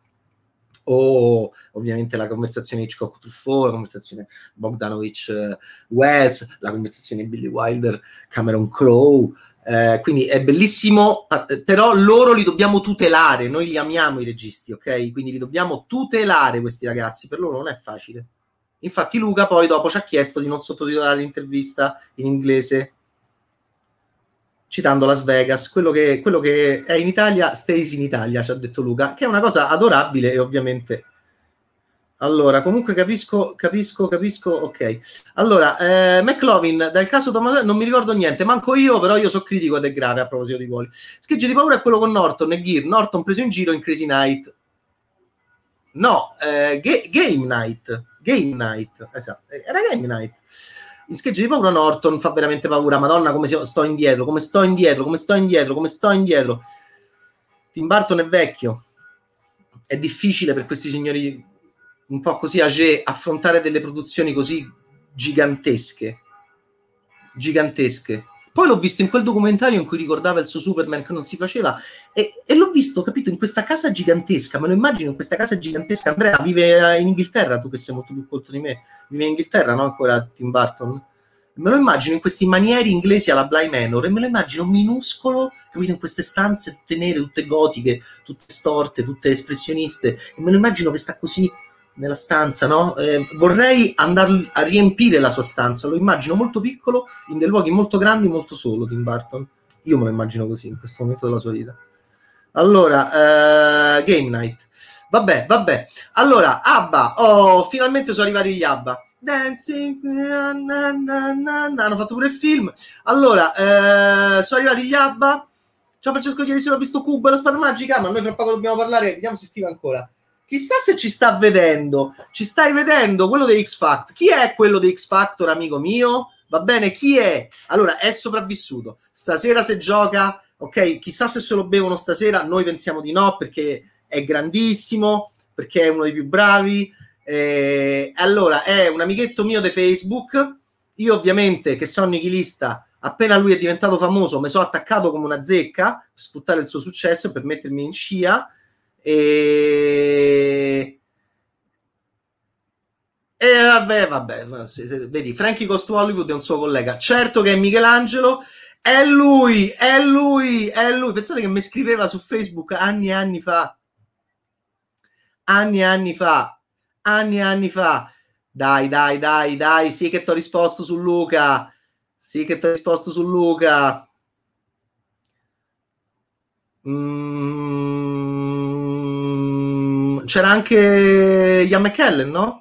o ovviamente la conversazione Hitchcock-Truffaut, la conversazione Bogdanovich-Wells, la conversazione Billy Wilder-Cameron Crowe, eh, quindi è bellissimo, però loro li dobbiamo tutelare, noi li amiamo i registi, ok? Quindi li dobbiamo tutelare questi ragazzi, per loro non è facile. Infatti Luca poi dopo ci ha chiesto di non sottotitolare l'intervista in inglese, citando Las Vegas, quello che, quello che è in Italia stays in Italia, ci ha detto Luca, che è una cosa adorabile e ovviamente... Allora, comunque capisco, capisco, capisco, ok. Allora, eh, McLovin, dal caso Thomas, non mi ricordo niente, manco io, però io so critico ed è grave a proposito di voli. Scheggia di paura è quello con Norton e Gear, Norton preso in giro in Crazy Night. No, eh, Ga- Game Night, Game Night, esatto, era Game Night. In Scheggia di paura Norton fa veramente paura, madonna come sto indietro, come sto indietro, come sto indietro, come sto indietro. Tim Burton è vecchio, è difficile per questi signori un po' così âgé affrontare delle produzioni così gigantesche, gigantesche. Poi l'ho visto in quel documentario in cui ricordava il suo Superman che non si faceva e, e l'ho visto, capito, in questa casa gigantesca, me lo immagino in questa casa gigantesca. Andrea vive in Inghilterra, tu che sei molto più colto di me, vive in Inghilterra, no? Ancora Tim Burton? Me lo immagino in questi manieri inglesi alla Bly Manor e me lo immagino minuscolo, capito, in queste stanze tutte nere, tutte gotiche, tutte storte, tutte espressioniste, e me lo immagino che sta così nella stanza, no? Eh, vorrei andare a riempire la sua stanza, lo immagino molto piccolo, in dei luoghi molto grandi, molto solo, Tim Burton. Io me lo immagino così, in questo momento della sua vita. Allora, eh, Game Night. Vabbè, vabbè. Allora, ABBA. Oh, finalmente sono arrivati gli ABBA. Dancing, na, na, na, na, na. Hanno fatto pure il film. Allora, eh, sono arrivati gli ABBA. Ciao Francesco, ieri sera ho visto Cubo e la spada magica, ma noi fra poco dobbiamo parlare. Vediamo se scrive ancora. chissà se ci sta vedendo. Ci stai vedendo quello dei X Factor? Chi è quello dei X Factor, amico mio? Va bene, chi è? Allora, è sopravvissuto. Stasera se gioca, ok, chissà se se lo bevono stasera, noi pensiamo di no, perché è grandissimo, perché è uno dei più bravi. Eh, allora, è un amichetto mio di Facebook. Io ovviamente, che sono nichilista, appena lui è diventato famoso, mi sono attaccato come una zecca per sfruttare il suo successo e per mettermi in scia. E... E vabbè, vabbè, vedi, Frankie Goes to Hollywood è un suo collega. Certo che è Michelangelo, è lui, è lui, è lui. Pensate che mi scriveva su Facebook anni e anni fa, anni e anni fa, anni e anni fa. Dai, dai, dai, dai, sì che ti ho risposto su Luca, sì che ti ho risposto su Luca. Mm, c'era anche Ian McKellen, no?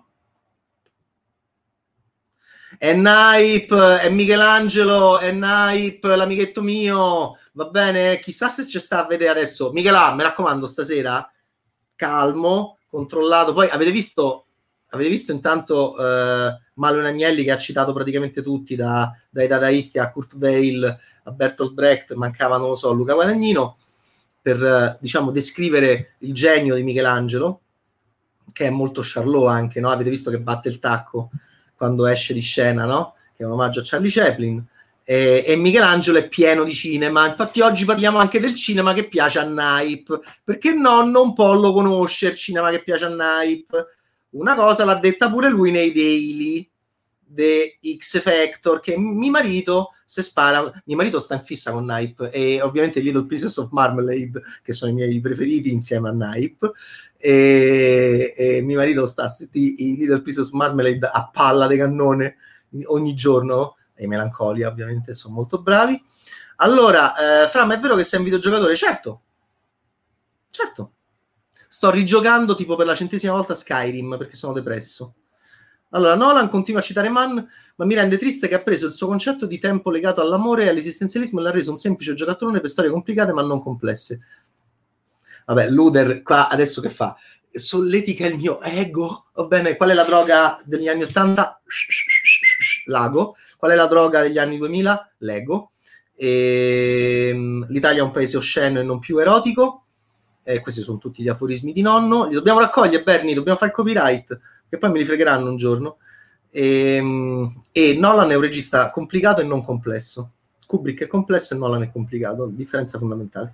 È Naip, è Michelangelo, è Naip, l'amichetto mio, va bene? Chissà se ci sta a vedere adesso. Michelà, mi raccomando, stasera, calmo, controllato. Poi avete visto, avete visto intanto eh, Manuel Agnelli che ha citato praticamente tutti, da, dai dadaisti a Kurt Weill, a Bertolt Brecht, mancava, non lo so, Luca Guadagnino, per, eh, diciamo, descrivere il genio di Michelangelo, che è molto Charlot anche, no? Avete visto che batte il tacco quando esce di scena, no? Che è un omaggio a Charlie Chaplin. E, e Michelangelo è pieno di cinema. Infatti oggi parliamo anche del cinema che piace a Naip, perché nonno un po' lo conosce il cinema che piace a Naip. Una cosa l'ha detta pure lui nei daily The X Factor, che mio marito se spara, mio marito sta in fissa con Naip, e ovviamente Little Pieces of Marmalade, che sono i miei preferiti insieme a Naip, e, e mio marito sta i Little Pieces of Marmalade a palla di cannone ogni giorno, e Melancolia ovviamente sono molto bravi. Allora, eh, Fra, ma è vero che sei un videogiocatore? Certo, certo, sto rigiocando tipo per la centesima volta Skyrim perché sono depresso. Allora, Nolan continua a citare Mann, ma mi rende triste che ha preso il suo concetto di tempo legato all'amore e all'esistenzialismo e l'ha reso un semplice giocattolone per storie complicate ma non complesse. Vabbè, Luder qua adesso che fa? Solletica il mio ego. Va bene, qual è la droga degli anni ottanta? Lago. Qual è la droga degli anni duemila? Lego. E... l'Italia è un paese osceno e non più erotico. E questi sono tutti gli aforismi di nonno. Li dobbiamo raccogliere, Bernie, dobbiamo fare il copyright, che poi me li fregheranno un giorno. E, e Nolan è un regista complicato e non complesso. Kubrick è complesso e Nolan è complicato, differenza fondamentale.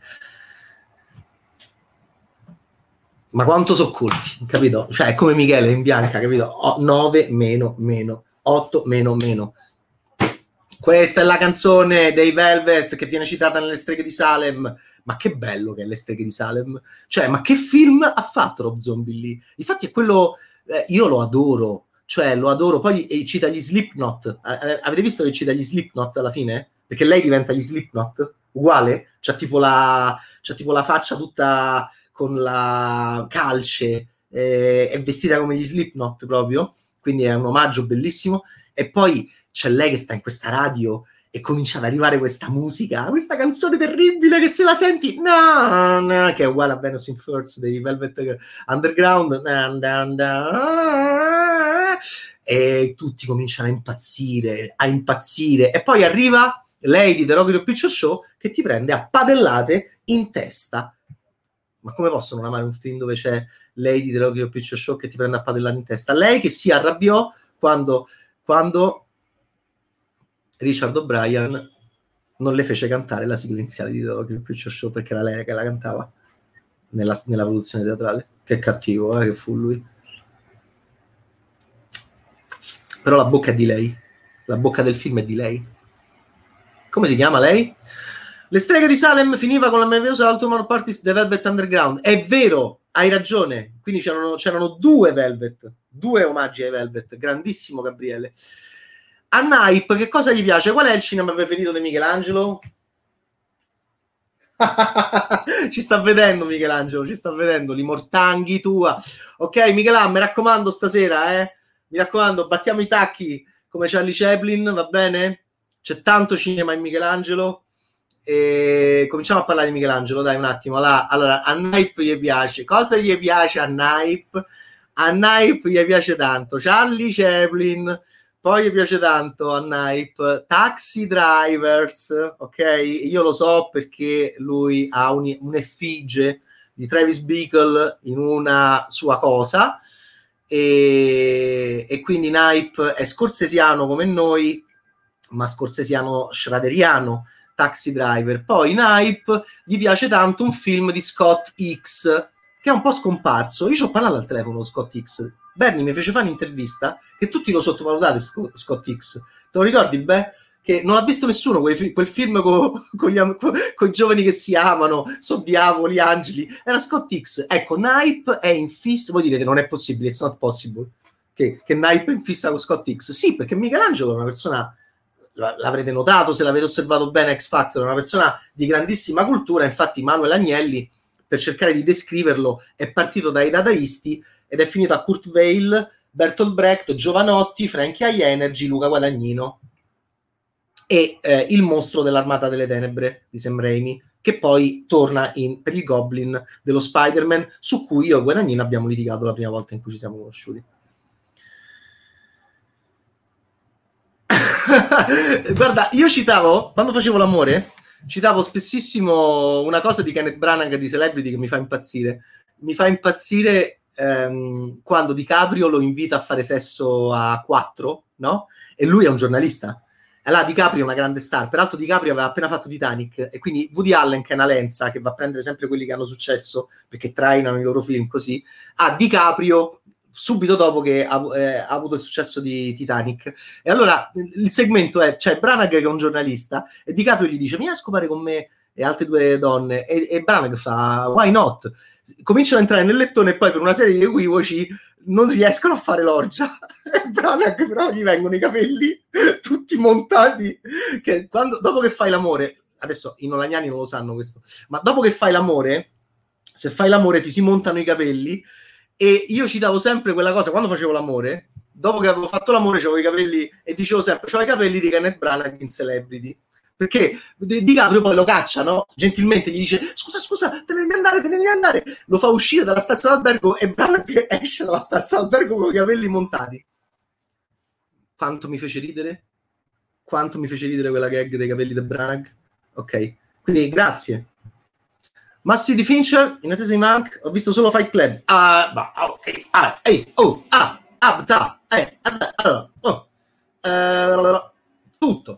Ma quanto sono colti, capito? Cioè è come Michele in bianca, capito? nove meno meno, otto meno meno. Questa è la canzone dei Velvet che viene citata nelle Streghe di Salem. Ma che bello che è Le Streghe di Salem. Cioè, ma che film ha fatto Rob Zombie lì? Infatti è quello... Eh, io lo adoro, cioè lo adoro. Poi eh, cita gli Slipknot. Eh, avete visto che cita gli Slipknot alla fine? Perché lei diventa gli Slipknot, uguale. C'ha tipo la, c'ha tipo la faccia tutta con la calce, eh, è vestita come gli Slipknot proprio, quindi è un omaggio bellissimo. E poi c'è lei che sta in questa radio e comincia ad arrivare questa musica, questa canzone terribile che se la senti, no, no, che è uguale a Venus in Furs dei Velvet Underground, no, no, no, e tutti cominciano a impazzire, a impazzire, e poi arriva lei di The Rocky Horror Picture Show che ti prende a padellate in testa. Ma come posso non amare un film dove c'è lei di The Rocky Horror Picture Show che ti prende a padellate in testa? Lei che si arrabbiò quando, quando Richard O'Brien non le fece cantare la sigla iniziale di The Rocky Horror Picture Show perché era lei che la cantava nella, nella produzione teatrale. Che cattivo, eh, che fu lui. Però la bocca è di lei, la bocca del film è di lei. Come si chiama lei? Le Streghe di Salem finiva con la meravigliosa Altomar Parties The Velvet Underground. È vero, hai ragione. Quindi c'erano, c'erano due Velvet, due omaggi ai Velvet. Grandissimo Gabriele. A Naip che cosa gli piace? Qual è il cinema preferito di Michelangelo? Ci sta vedendo Michelangelo, ci sta vedendo, li mortanghi tua. Ok, Michelangelo, mi raccomando stasera, eh? Mi raccomando, battiamo i tacchi come Charlie Chaplin, va bene? C'è tanto cinema in Michelangelo. E cominciamo a parlare di Michelangelo, dai un attimo. Allora, allora a Nipe gli piace. Cosa gli piace a Nipe? A Nipe gli piace tanto Charlie Chaplin, poi gli piace tanto a Nipe Taxi Drivers, ok? Io lo so perché lui ha un, un'effigie di Travis Bickle in una sua cosa, e, e quindi Nipe è scorsesiano come noi, ma scorsesiano schraderiano. Taxi Driver. Poi Nipe gli piace tanto un film di Scott X che è un po' scomparso. Io ci ho parlato al telefono con Scott X. Bernie mi fece fare un'intervista che tutti lo sottovalutate Scott X. Te lo ricordi, beh? Che non ha visto nessuno quel, quel film con i giovani che si amano, so diavoli, angeli. Era Scott X. Ecco, Nipe è in fissa. Voi direte non è possibile, it's not possible che, che Nipe è in fissa con Scott X. Sì, perché Michelangelo è una persona, l'avrete notato se l'avete osservato bene, X Factor è una persona di grandissima cultura. Infatti Manuel Agnelli, per cercare di descriverlo, è partito dai dadaisti ed è finito a Kurt Weill, Bertolt Brecht, Giovanotti, Frankie High Energy, Luca Guadagnino e eh, il mostro dell'Armata delle Tenebre di Sam Raimi, che poi torna in, per il Goblin dello Spider-Man, su cui io e Guadagnino abbiamo litigato la prima volta in cui ci siamo conosciuti. Guarda, io citavo, quando facevo l'amore, citavo spessissimo una cosa di Kenneth Branagh di Celebrity che mi fa impazzire. Mi fa impazzire ehm, quando DiCaprio lo invita a fare sesso a quattro, no? E lui è un giornalista. E là DiCaprio è una grande star. Peraltro DiCaprio aveva appena fatto Titanic, e quindi Woody Allen, che è una lenza che va a prendere sempre quelli che hanno successo perché trainano i loro film così, ha DiCaprio subito dopo che ha, eh, ha avuto il successo di Titanic. E allora il segmento è, c'è Branagh che è un giornalista e DiCaprio gli dice vieni a scopare con me e altre due donne, e, e Branagh fa why not? Cominciano a entrare nel lettone e poi per una serie di equivoci non riescono a fare l'orgia e Branagh però gli vengono i capelli tutti montati, che quando, dopo che fai l'amore, adesso i nolaniani non lo sanno questo, ma dopo che fai l'amore, se fai l'amore ti si montano i capelli. E io citavo sempre quella cosa quando facevo l'amore, dopo che avevo fatto l'amore c'avevo i capelli e dicevo sempre c'ho i capelli di Kenneth Branagh in Celebrity, perché DiCaprio poi lo caccia, no? Gentilmente gli dice scusa scusa te ne devi andare, te ne devi andare, lo fa uscire dalla stanza d'albergo e Branagh esce dalla stanza d'albergo con i capelli montati. Quanto mi fece ridere quanto mi fece ridere quella gag dei capelli di Branagh. Ok, quindi grazie. Massi di Fincher, in attesa di Mark, ho visto solo Fight Club. Ah, bah, oh, eh, ah, eh, oh, ah, ah, ta, eh, allora, oh, eh, tutto.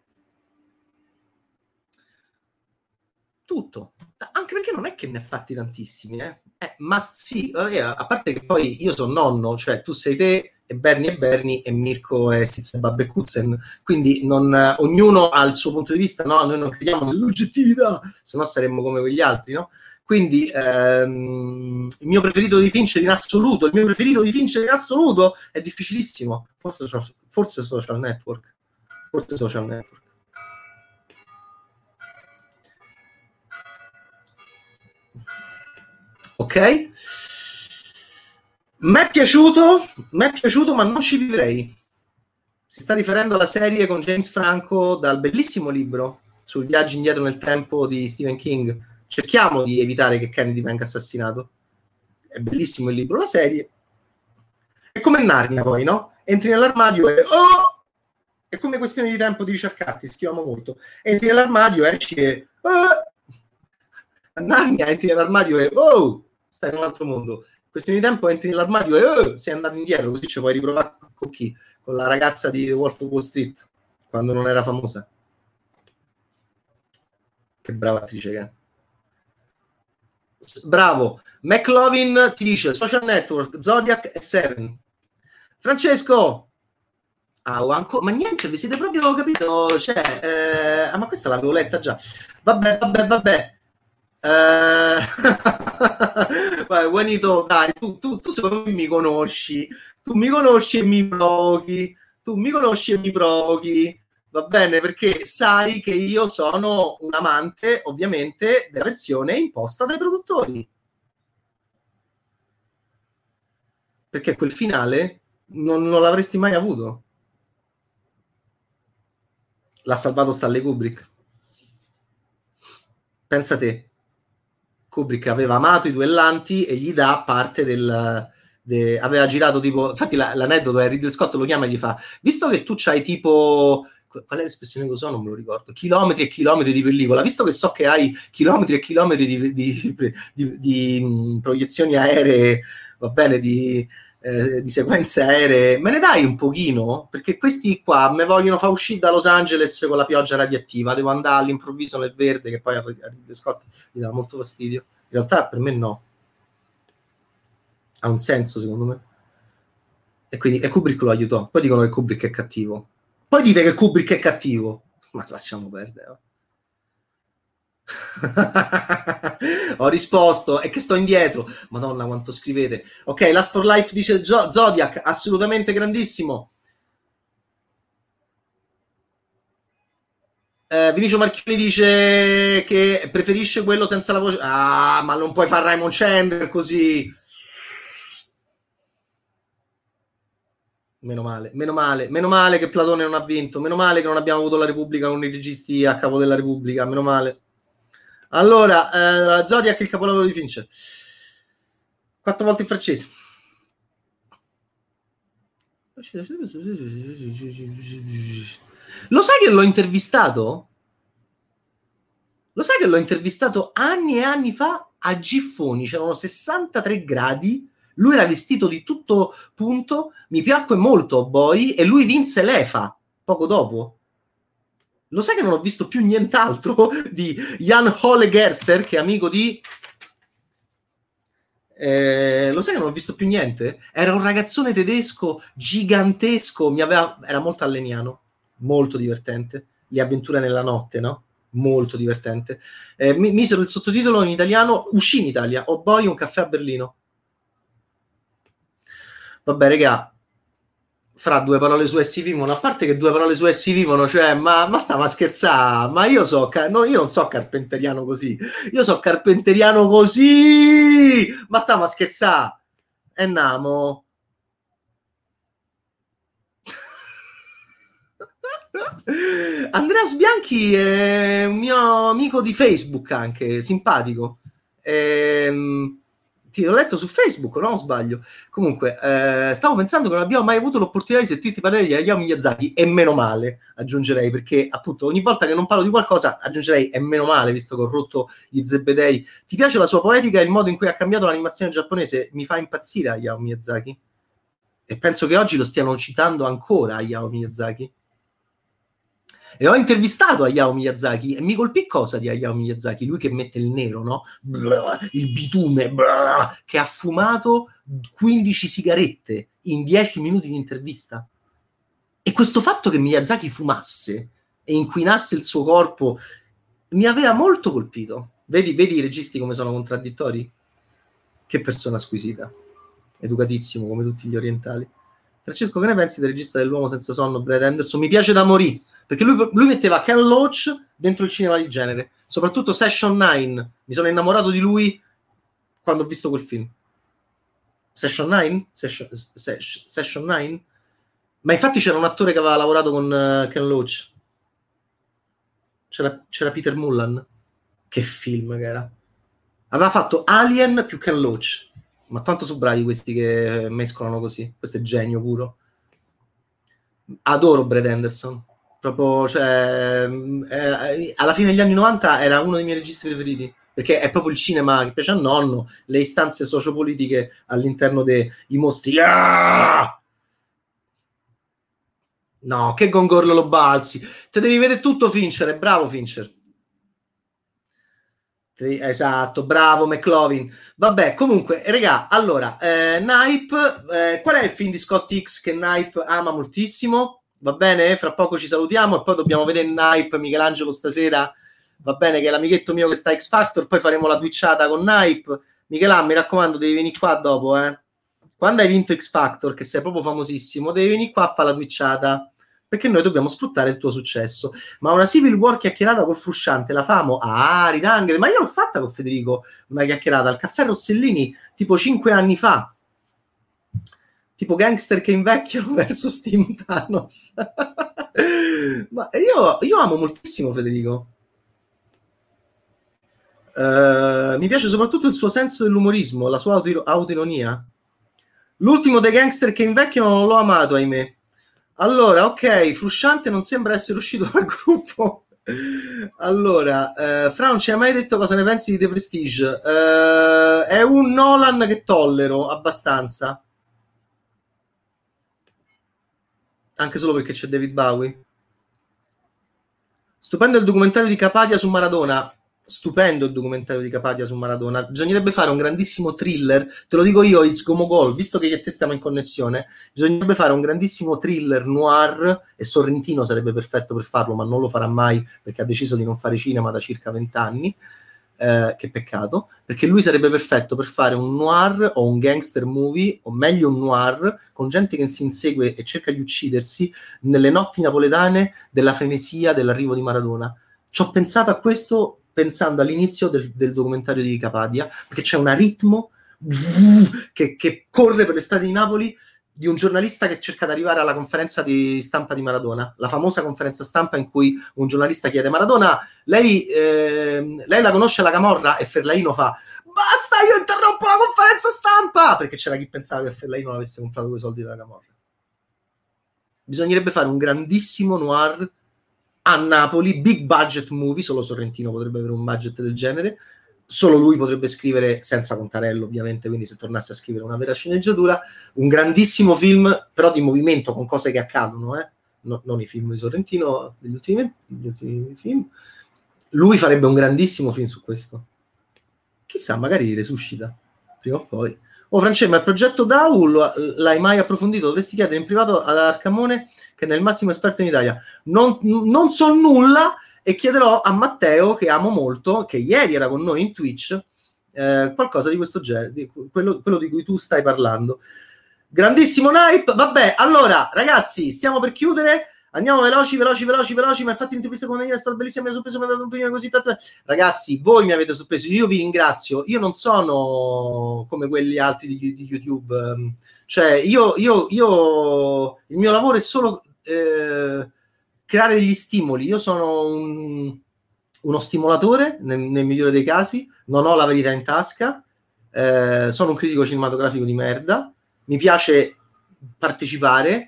Tutto. Anche perché non è che ne ha fatti tantissimi, eh. eh ma sì, eh, a parte che poi io sono nonno, cioè tu sei te e Bernie e Bernie e Mirko e Sizze Babbe Kutzen, quindi non, eh, ognuno ha il suo punto di vista, no? Noi non crediamo nell'oggettività, se no saremmo come quegli altri, no? Quindi ehm, il mio preferito di Fincher in assoluto, il mio preferito di Fincher in assoluto è difficilissimo, forse, forse Social Network, forse Social Network. Ok? Mi è piaciuto, mi è piaciuto, ma non ci vivrei. Si sta riferendo alla serie con James Franco dal bellissimo libro sul viaggio indietro nel tempo di Stephen King. Cerchiamo di evitare che Kennedy venga assassinato. È bellissimo il libro, la serie. È come Narnia poi, no? Entri nell'armadio e... Oh! È come questione di tempo di ricercarti, schiamo molto. Entri nell'armadio, esci e... Oh! A Narnia entri nell'armadio e... Oh! Stai in un altro mondo. Questione di tempo, entri nell'armadio e... Oh! Sei andato indietro, così ci puoi riprovare con chi? Con la ragazza di The Wolf of Wall Street, quando non era famosa. Che brava attrice che è. Bravo. McLovin ti dice Social Network, Zodiac e Seven. Francesco! Ah, ancora... Ma niente, vi siete proprio capito? Cioè, eh... ah, ma questa l'avevo letta già. Vabbè, vabbè, vabbè. Eh... Juanito, dai, tu, tu, tu secondo me mi conosci. Tu mi conosci e mi provochi. Tu mi conosci e mi provochi. Va bene, perché sai che io sono un amante, ovviamente, della versione imposta dai produttori. Perché quel finale non, non l'avresti mai avuto. L'ha salvato Stanley Kubrick. pensa te, Kubrick aveva amato i duellanti e gli dà parte del... De, aveva girato tipo, infatti la, l'aneddoto è Ridley Scott lo chiama e gli fa, visto che tu c'hai tipo, qual è l'espressione che uso? Non me lo ricordo, chilometri e chilometri di pellicola, visto che so che hai chilometri e chilometri di, di, di, di, di mh, proiezioni aeree, va bene, di, eh, di sequenze aeree, me ne dai un pochino? Perché questi qua me vogliono far uscire da Los Angeles con la pioggia radioattiva, devo andare all'improvviso nel verde, che poi a Ridley Scott gli dà molto fastidio. In realtà per me no. Ha un senso secondo me. E quindi e Kubrick lo aiutò. Poi dicono che Kubrick è cattivo. Poi dite che Kubrick è cattivo. Ma lasciamo perdere. Ho risposto e che sto indietro. Madonna quanto scrivete. Ok, Last for Life dice Zodiac, assolutamente grandissimo. Eh, Vinicio Marchioni dice che preferisce quello senza la voce. Ah, ma non puoi fare Raymond Chandler così. Meno male, meno male, meno male che Platone non ha vinto, meno male che non abbiamo avuto la Repubblica con i registi a capo della Repubblica, meno male. Allora, eh, Zodiac il capolavoro di Fincher. Quattro volte in francese. Lo sai che l'ho intervistato? Lo sai che l'ho intervistato anni e anni fa a Giffoni, c'erano sessantatré gradi, lui era vestito di tutto punto, mi piacque molto Boy e lui vinse l'E F A poco dopo. Lo sai che non ho visto più nient'altro di Jan Ole Gerster, che è amico di... Eh, lo sai che non ho visto più niente? Era un ragazzone tedesco gigantesco, mi aveva... era molto alleniano, molto divertente. Le avventure nella notte, no? Molto divertente. Eh, mi misero il sottotitolo in italiano, uscì in Italia, Oh Boy, un caffè a Berlino. Vabbè, regà, fra due parole su essi vivono, a parte che due parole su essi vivono, cioè, ma, ma stava a scherzare, ma io so, no, io non so carpenteriano così, io so carpenteriano così, ma stava a scherzare, e namo. Andrea Sbianchi è un mio amico di Facebook anche, simpatico. Ehm, ti ho letto su Facebook, no? Sbaglio. Comunque, eh, stavo pensando che non abbiamo mai avuto l'opportunità di sentirti parlare di Hayao Miyazaki, e meno male, aggiungerei, perché appunto ogni volta che non parlo di qualcosa, aggiungerei e meno male, visto che ho rotto gli zebedei. Ti piace la sua poetica e il modo in cui ha cambiato l'animazione giapponese? Mi fa impazzire Hayao Miyazaki. E penso che oggi lo stiano citando ancora Hayao Miyazaki. E ho intervistato Hayao Miyazaki e mi colpì cosa di Hayao Miyazaki, lui che mette il nero, no? Blah, il bitume, blah, che ha fumato quindici sigarette in dieci minuti di intervista. E questo fatto che Miyazaki fumasse e inquinasse il suo corpo mi aveva molto colpito. Vedi, vedi i registi come sono contraddittori? Che persona squisita, educatissimo come tutti gli orientali. Francesco, che ne pensi del regista dell'Uomo senza sonno, Brad Anderson? Mi piace da morì, perché lui, lui metteva Ken Loach dentro il cinema di genere, soprattutto Session nove. Mi sono innamorato di lui quando ho visto quel film. Session nove? Session, Session nove? Ma infatti c'era un attore che aveva lavorato con uh, Ken Loach. C'era, c'era Peter Mullan. Che film che era. Aveva fatto Alien più Ken Loach. Ma quanto sono bravi questi che mescolano così? Questo è genio puro. Adoro Brad Anderson. Proprio, cioè, eh, alla fine degli anni novanta era uno dei miei registi preferiti, perché è proprio il cinema che piace a nonno, le istanze sociopolitiche all'interno dei mostri. Ah! No, che gongorlo lo balzi. Te devi vedere tutto Fincher, è bravo Fincher. Esatto, bravo McLovin. Vabbè, comunque, regà, allora, eh, Nipe, eh, qual è il film di Scott Hicks che Nipe ama moltissimo? Va bene? Fra poco ci salutiamo e poi dobbiamo vedere Nipe, Michelangelo stasera, va bene, che è l'amichetto mio che sta a X Factor, poi faremo la twitchata con Nipe. Michelà, mi raccomando, devi venire qua dopo, eh. Quando hai vinto X Factor, che sei proprio famosissimo, devi venire qua a fare la twitchata, perché noi dobbiamo sfruttare il tuo successo. Ma una Civil War chiacchierata col Frusciante, la famo? Ah, ridanghe, ma io l'ho fatta con Federico, una chiacchierata al Caffè Rossellini, tipo cinque anni fa. Tipo gangster che invecchiano verso Team Thanos. Ma io, io amo moltissimo Federico. Uh, mi piace soprattutto il suo senso dell'umorismo, la sua auto- autoironia. L'ultimo dei gangster che invecchiano non l'ho amato, ahimè. Allora, ok, Frusciante non sembra essere uscito dal gruppo. Allora, uh, Fra, non ci hai mai detto cosa ne pensi di The Prestige? Uh, è un Nolan che tollero abbastanza. Anche solo perché c'è David Bowie. Stupendo il documentario di Capadia su Maradona. Stupendo il documentario di Capadia su Maradona. Bisognerebbe fare un grandissimo thriller, te lo dico io, It's Gomogol, visto che io e te stiamo in connessione, bisognerebbe fare un grandissimo thriller noir, e Sorrentino sarebbe perfetto per farlo, ma non lo farà mai perché ha deciso di non fare cinema da circa vent'anni. Eh, che peccato, perché lui sarebbe perfetto per fare un noir o un gangster movie, o meglio un noir, con gente che si insegue e cerca di uccidersi nelle notti napoletane della frenesia dell'arrivo di Maradona. Ci ho pensato a questo pensando all'inizio del, del documentario di Capadia, perché c'è un ritmo che, che corre per le strade di Napoli, di un giornalista che cerca di arrivare alla conferenza di stampa di Maradona, la famosa conferenza stampa in cui un giornalista chiede: Maradona, lei, eh, lei la conosce la Camorra? E Ferlaino fa: basta, io interrompo la conferenza stampa, perché c'era chi pensava che Ferlaino l'avesse comprato quei soldi della Camorra. Bisognerebbe fare un grandissimo noir a Napoli, big budget movie, solo Sorrentino potrebbe avere un budget del genere, solo lui potrebbe scrivere, senza Contarello ovviamente, quindi se tornasse a scrivere una vera sceneggiatura, un grandissimo film però di movimento, con cose che accadono, eh? No, non i film di Sorrentino degli ultimi, degli ultimi film. Lui farebbe un grandissimo film su questo, chissà, magari resuscita prima o poi. Oh Francesco, ma il progetto D A U l'hai mai approfondito? Dovresti chiedere in privato ad Arcamone, che è il massimo esperto in Italia. Non, non so nulla, e chiederò a Matteo, che amo molto, che ieri era con noi in Twitch, eh, qualcosa di questo genere, di quello, quello di cui tu stai parlando. Grandissimo Naip. Vabbè, allora ragazzi, stiamo per chiudere. Andiamo veloci, veloci, veloci, veloci, ma infatti l'intervista con Daniele è stata bellissima, mi ha sorpreso, mi ha dato un'opinione così tanto. Ragazzi, voi mi avete sorpreso, io vi ringrazio. Io non sono come quelli altri di, di YouTube, cioè io, io, io, il mio lavoro è solo eh, creare degli stimoli. Io sono un, uno stimolatore, nel, nel migliore dei casi, non ho la verità in tasca, eh, sono un critico cinematografico di merda, mi piace partecipare.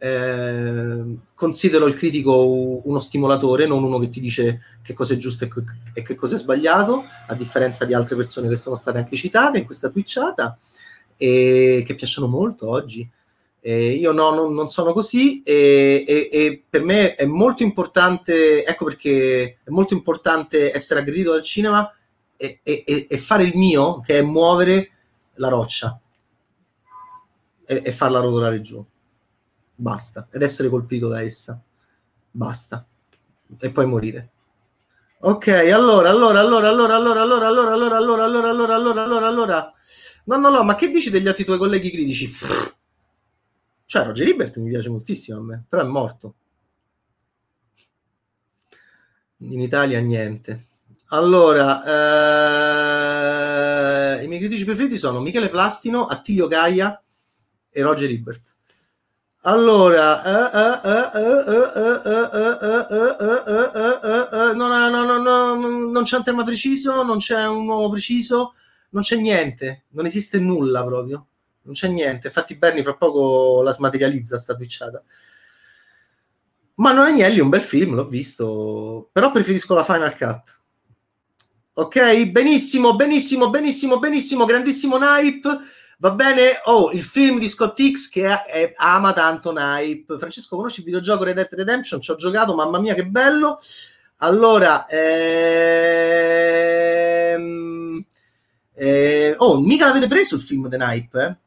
Eh, considero il critico uno stimolatore, non uno che ti dice che cosa è giusto e, e che cosa è sbagliato, a differenza di altre persone che sono state anche citate in questa twitchata e che piacciono molto oggi. Eh, io no, non, non sono così e, e, e per me è molto importante, ecco perché è molto importante essere aggredito dal cinema e, e, e fare il mio, che è muovere la roccia e, e farla rotolare giù. Basta, ed essere colpito da essa, basta, e poi morire. Ok, allora, allora, allora, allora, allora, allora, allora, allora, allora, allora, allora, allora, allora, allora, no, no, no, ma che dici degli altri tuoi colleghi critici? Cioè, Roger Ebert mi piace moltissimo a me, però è morto. In Italia niente. Allora, eh, i miei critici preferiti sono Michele Plastino, Attilio Gaia e Roger Ebert. Allora, no, no, no, no, no, non c'è un tema preciso, non c'è un uomo preciso, non c'è niente, non esiste nulla proprio, non c'è niente. Infatti Bernie fra poco la smaterializza sta twitchata. Manuel Agnelli è un bel film, l'ho visto, però preferisco la Final Cut. Ok, benissimo, benissimo, benissimo, benissimo, grandissimo Naip. Va bene? Oh, il film di Scott Hicks che è, è, ama tanto Naip. Francesco, conosci il videogioco Red Dead Redemption? Ci ho giocato, mamma mia che bello. Allora, ehm, eh, oh, mica l'avete preso il film di Naip, eh?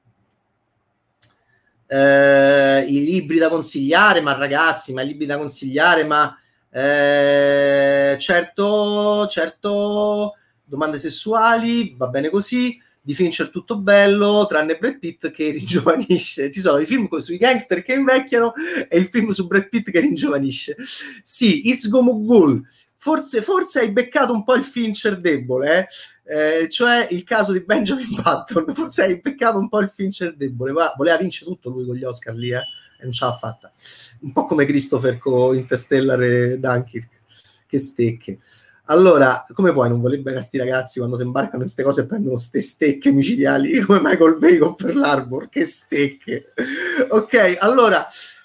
Eh, i libri da consigliare, ma ragazzi, ma i libri da consigliare, ma eh, certo, certo, domande sessuali, va bene così. Di Fincher tutto bello, tranne Brad Pitt che ringiovanisce. Ci sono i film sui gangster che invecchiano e il film su Brad Pitt che ringiovanisce. Sì, It's Gomugul. Forse, forse hai beccato un po' il Fincher debole, eh? Eh, cioè il caso di Benjamin Button. Forse hai beccato un po' il Fincher debole. Ma voleva vincere tutto lui con gli Oscar lì, eh? E non ce l'ha fatta. Un po' come Christopher con Interstellar e Dunkirk. Che stecche. Allora, come puoi non voler bene a sti ragazzi quando si imbarcano in queste cose e prendono ste stecche micidiali come Michael Bay con Pearl Harbor? Che stecche! Ok, allora,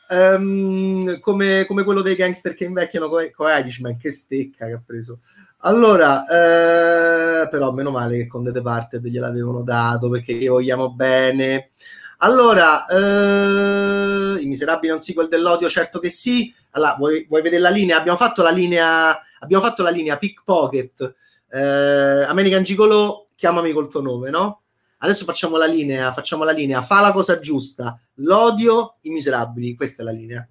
um, come, come quello dei gangster che invecchiano con, con Irishman, che stecca che ha preso. Allora, eh, però meno male che con The Departed gliel'avevano dato, perché gli vogliamo bene. Allora, eh, I Miserabili è un sequel dell'odio? Certo che sì. Allora, vuoi, vuoi vedere la linea? Abbiamo fatto la linea, abbiamo fatto la linea Pickpocket, eh, American Gigolo, chiamami col tuo nome, no? Adesso facciamo la linea, facciamo la linea, fa la cosa giusta, l'odio, I Miserabili, questa è la linea.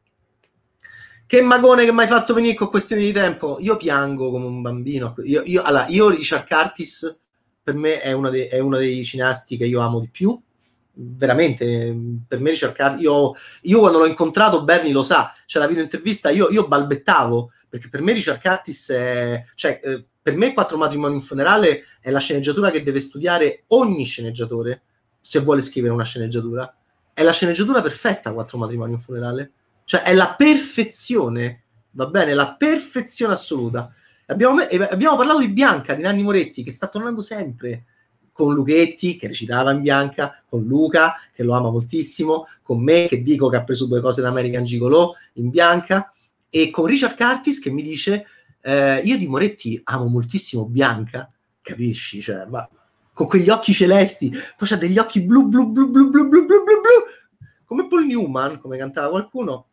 Che magone che mi hai fatto venire con questioni di tempo? Io piango come un bambino. Io, io, allora, io Richard Curtis, per me è uno, dei, è uno dei cineasti che io amo di più. Veramente, per me Richard Curtis, io, io quando l'ho incontrato, Bernie lo sa, c'è la video intervista, io, io balbettavo, perché per me Richard Curtis è, cioè, eh, per me Quattro matrimoni e un funerale è la sceneggiatura che deve studiare ogni sceneggiatore se vuole scrivere una sceneggiatura. È la sceneggiatura perfetta Quattro matrimoni e un funerale, cioè è la perfezione, va bene, la perfezione assoluta. Abbiamo, abbiamo parlato di Bianca, di Nanni Moretti, che sta tornando sempre, con Luchetti che recitava in Bianca, con Luca che lo ama moltissimo, con me che dico che ha preso due cose da American Gigolo in Bianca, e con Richard Curtis che mi dice eh, io di Moretti amo moltissimo Bianca, capisci? Cioè, ma con quegli occhi celesti, poi c'ha degli occhi blu blu blu blu blu blu blu blu blu, come Paul Newman, come cantava qualcuno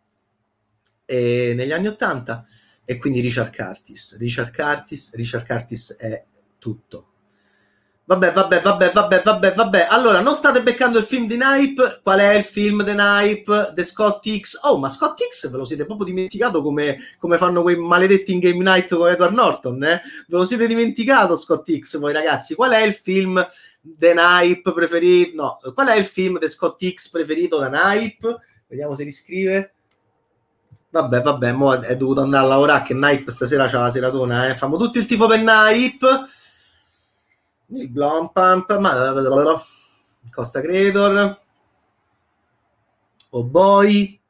e negli anni ottanta. E quindi Richard Curtis, Richard Curtis, Richard Curtis è tutto. Vabbè, vabbè, vabbè, vabbè, vabbè, vabbè. Allora, non state beccando il film di Nipe. Qual è il film di Nipe? The Scott X. Oh, ma Scott X ve lo siete proprio dimenticato come, come fanno quei maledetti in Game Night con Edward Norton, eh? Ve lo siete dimenticato Scott X, voi ragazzi? Qual è il film The Nipe preferito? No, qual è il film The Scott X preferito da Nipe? Vediamo se riscrive. Vabbè, vabbè, mo è dovuto andare a lavorare che Nipe stasera c'ha la seratona, eh? Famo tutti il tifo per Nipe. Il Blomkamp, ma Costa Creator, Oh Boy,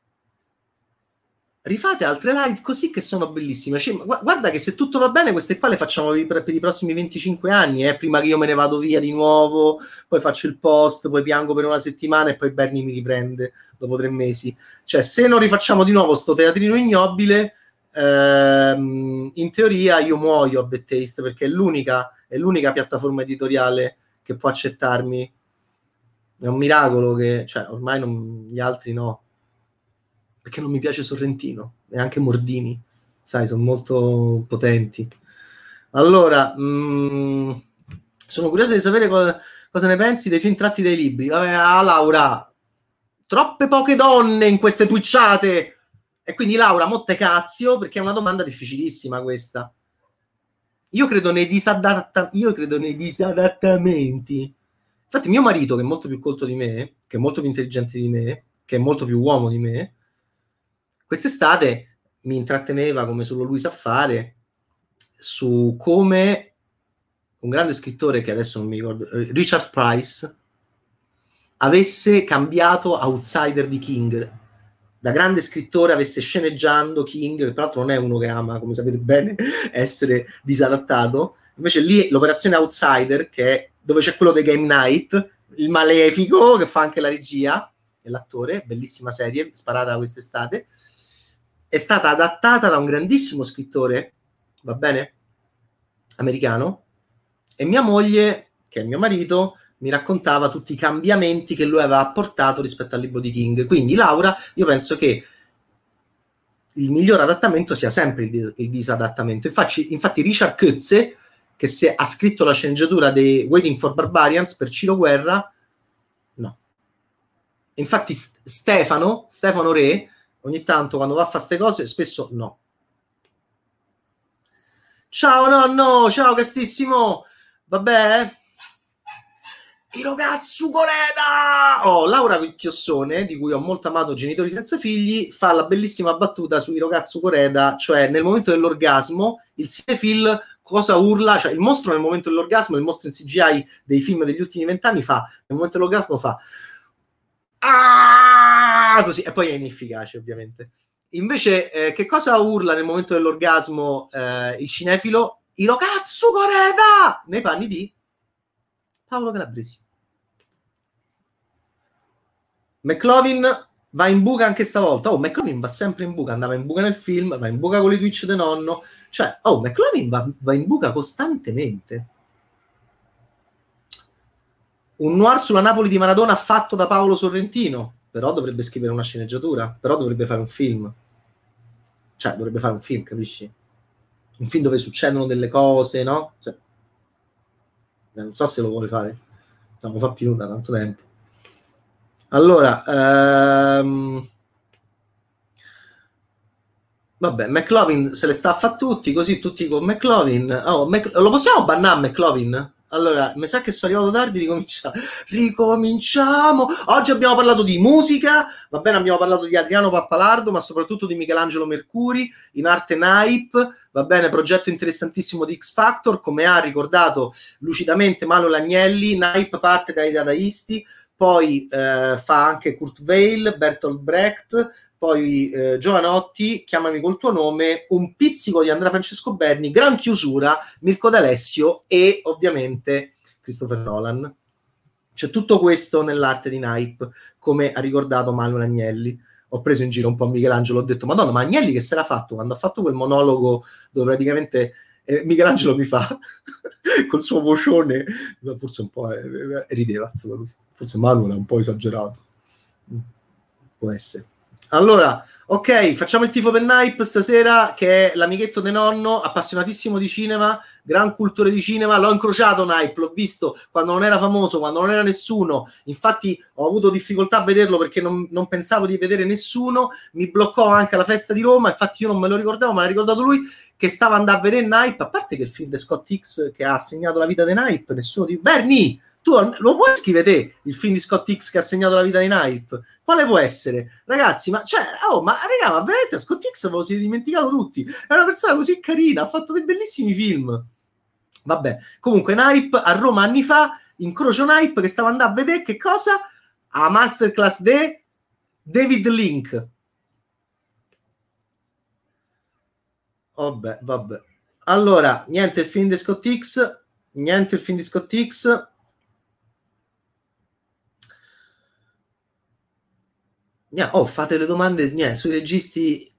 rifate altre live così che sono bellissime. Cioè, guarda che se tutto va bene queste qua le facciamo per, per i prossimi venticinque anni, eh? Prima che io me ne vado via di nuovo, poi faccio il post, poi piango per una settimana e poi Bernie mi riprende dopo tre mesi. Cioè, se non rifacciamo di nuovo sto teatrino ignobile, ehm, in teoria io muoio a Bad Taste, perché è l'unica è l'unica piattaforma editoriale che può accettarmi. È un miracolo che, cioè, ormai non, gli altri no, perché non mi piace Sorrentino e anche Mordini, sai, sono molto potenti. Allora, mh, sono curioso di sapere cosa, cosa ne pensi dei film tratti dai libri. Vabbè, ah, Laura, troppe poche donne in queste twitchate, e quindi Laura, motte cazzo, perché è una domanda difficilissima questa. Io credo nei disadatta- io credo nei disadattamenti. Infatti mio marito, che è molto più colto di me, che è molto più intelligente di me, che è molto più uomo di me, quest'estate mi intratteneva, come solo lui sa fare, su come un grande scrittore, che adesso non mi ricordo, Richard Price, avesse cambiato Outsider di King. Da grande scrittore avesse sceneggiando King, che peraltro non è uno che ama, come sapete bene, essere disadattato. Invece lì l'operazione Outsider, che è dove c'è quello dei Game Night, il malefico, che fa anche la regia e l'attore, bellissima serie, sparata quest'estate, è stata adattata da un grandissimo scrittore, va bene? Americano, e mia moglie, che è mio marito, mi raccontava tutti i cambiamenti che lui aveva apportato rispetto al libro di King. Quindi Laura, io penso che il miglior adattamento sia sempre il, il disadattamento. Infatti, infatti Richard Curtis, che se ha scritto la sceneggiatura di Waiting for Barbarians per Ciro Guerra, no. Infatti Stefano, Stefano Re, ogni tanto quando va a fare queste cose, spesso no. Ciao nonno, ciao castissimo, vabbè? Hirokatsu Koreda! Oh, Laura Chiossone, di cui ho molto amato Genitori senza figli, fa la bellissima battuta su Hirokatsu Koreda, cioè nel momento dell'orgasmo il cinefil cosa urla, cioè il mostro nel momento dell'orgasmo, il mostro in C G I dei film degli ultimi vent'anni fa, nel momento dell'orgasmo fa ah! Così, e poi è inefficace ovviamente. Invece, eh, che cosa urla nel momento dell'orgasmo eh, il cinefilo? Hirokatsu Koreda! Nei panni di Paolo Calabresi. McLovin va in buca anche stavolta. Oh, McLovin va sempre in buca. Andava in buca nel film, va in buca con le Twitch de nonno. Cioè, oh, McLovin va, va in buca costantemente. Un noir sulla Napoli di Maradona fatto da Paolo Sorrentino. Però dovrebbe scrivere una sceneggiatura. Però dovrebbe fare un film. Cioè, dovrebbe fare un film, capisci? Un film dove succedono delle cose, no? Cioè, non so se lo vuole fare. Non lo fa più da tanto tempo. Allora, ehm... vabbè, McLovin se le sta a fa tutti, così tutti con McLovin. Oh, Mac... Lo possiamo bannare McLovin? Allora, mi sa che sono arrivato tardi, ricominciamo. Ricominciamo! Oggi abbiamo parlato di musica, va bene, abbiamo parlato di Adriano Pappalardo, ma soprattutto di Michelangelo Mercuri, in arte Naip, va bene, progetto interessantissimo di X Factor, come ha ricordato lucidamente Manuel Agnelli, Naip parte dai dadaisti, poi eh, fa anche Kurt Weill, Bertolt Brecht, poi eh, Giovanotti, Chiamami col tuo nome, un pizzico di Andrea Francesco Berni, Gran Chiusura, Mirko D'Alessio e ovviamente Christopher Nolan. C'è tutto questo nell'arte di Naip, come ha ricordato Manuel Agnelli. Ho preso in giro un po' Michelangelo, ho detto, Madonna, ma Agnelli che si era fatto quando ha fatto quel monologo dove praticamente eh, Michelangelo mi fa col suo vocione, forse un po' eh, rideva, insomma, forse Manuel è un po' esagerato. Può essere. Allora, ok, facciamo il tifo per Naip stasera, che è l'amichetto di nonno, appassionatissimo di cinema, gran cultore di cinema. L'ho incrociato Naip, l'ho visto quando non era famoso, quando non era nessuno. Infatti ho avuto difficoltà a vederlo perché non, non pensavo di vedere nessuno. Mi bloccò anche alla festa di Roma, infatti io non me lo ricordavo, me l'ha ricordato lui, che stava andando a vedere Naip. A parte che il film di Scott Hicks che ha segnato la vita di Naip, nessuno di... Bernie! Tu lo puoi scrivere te, il film di Scott Hicks che ha segnato la vita di Naip? Quale può essere? Ragazzi, ma cioè, oh, ma raga, ma veramente Scott Hicks ve lo siete dimenticato tutti. È una persona così carina, ha fatto dei bellissimi film. Vabbè, comunque Naip a Roma anni fa, incrocio Naip che stava andando a vedere che cosa? A Masterclass de David Link. Vabbè, vabbè. Allora, niente il film di Scott Hicks, niente il film di Scott Hicks. Oh, fate le domande niente, sui registi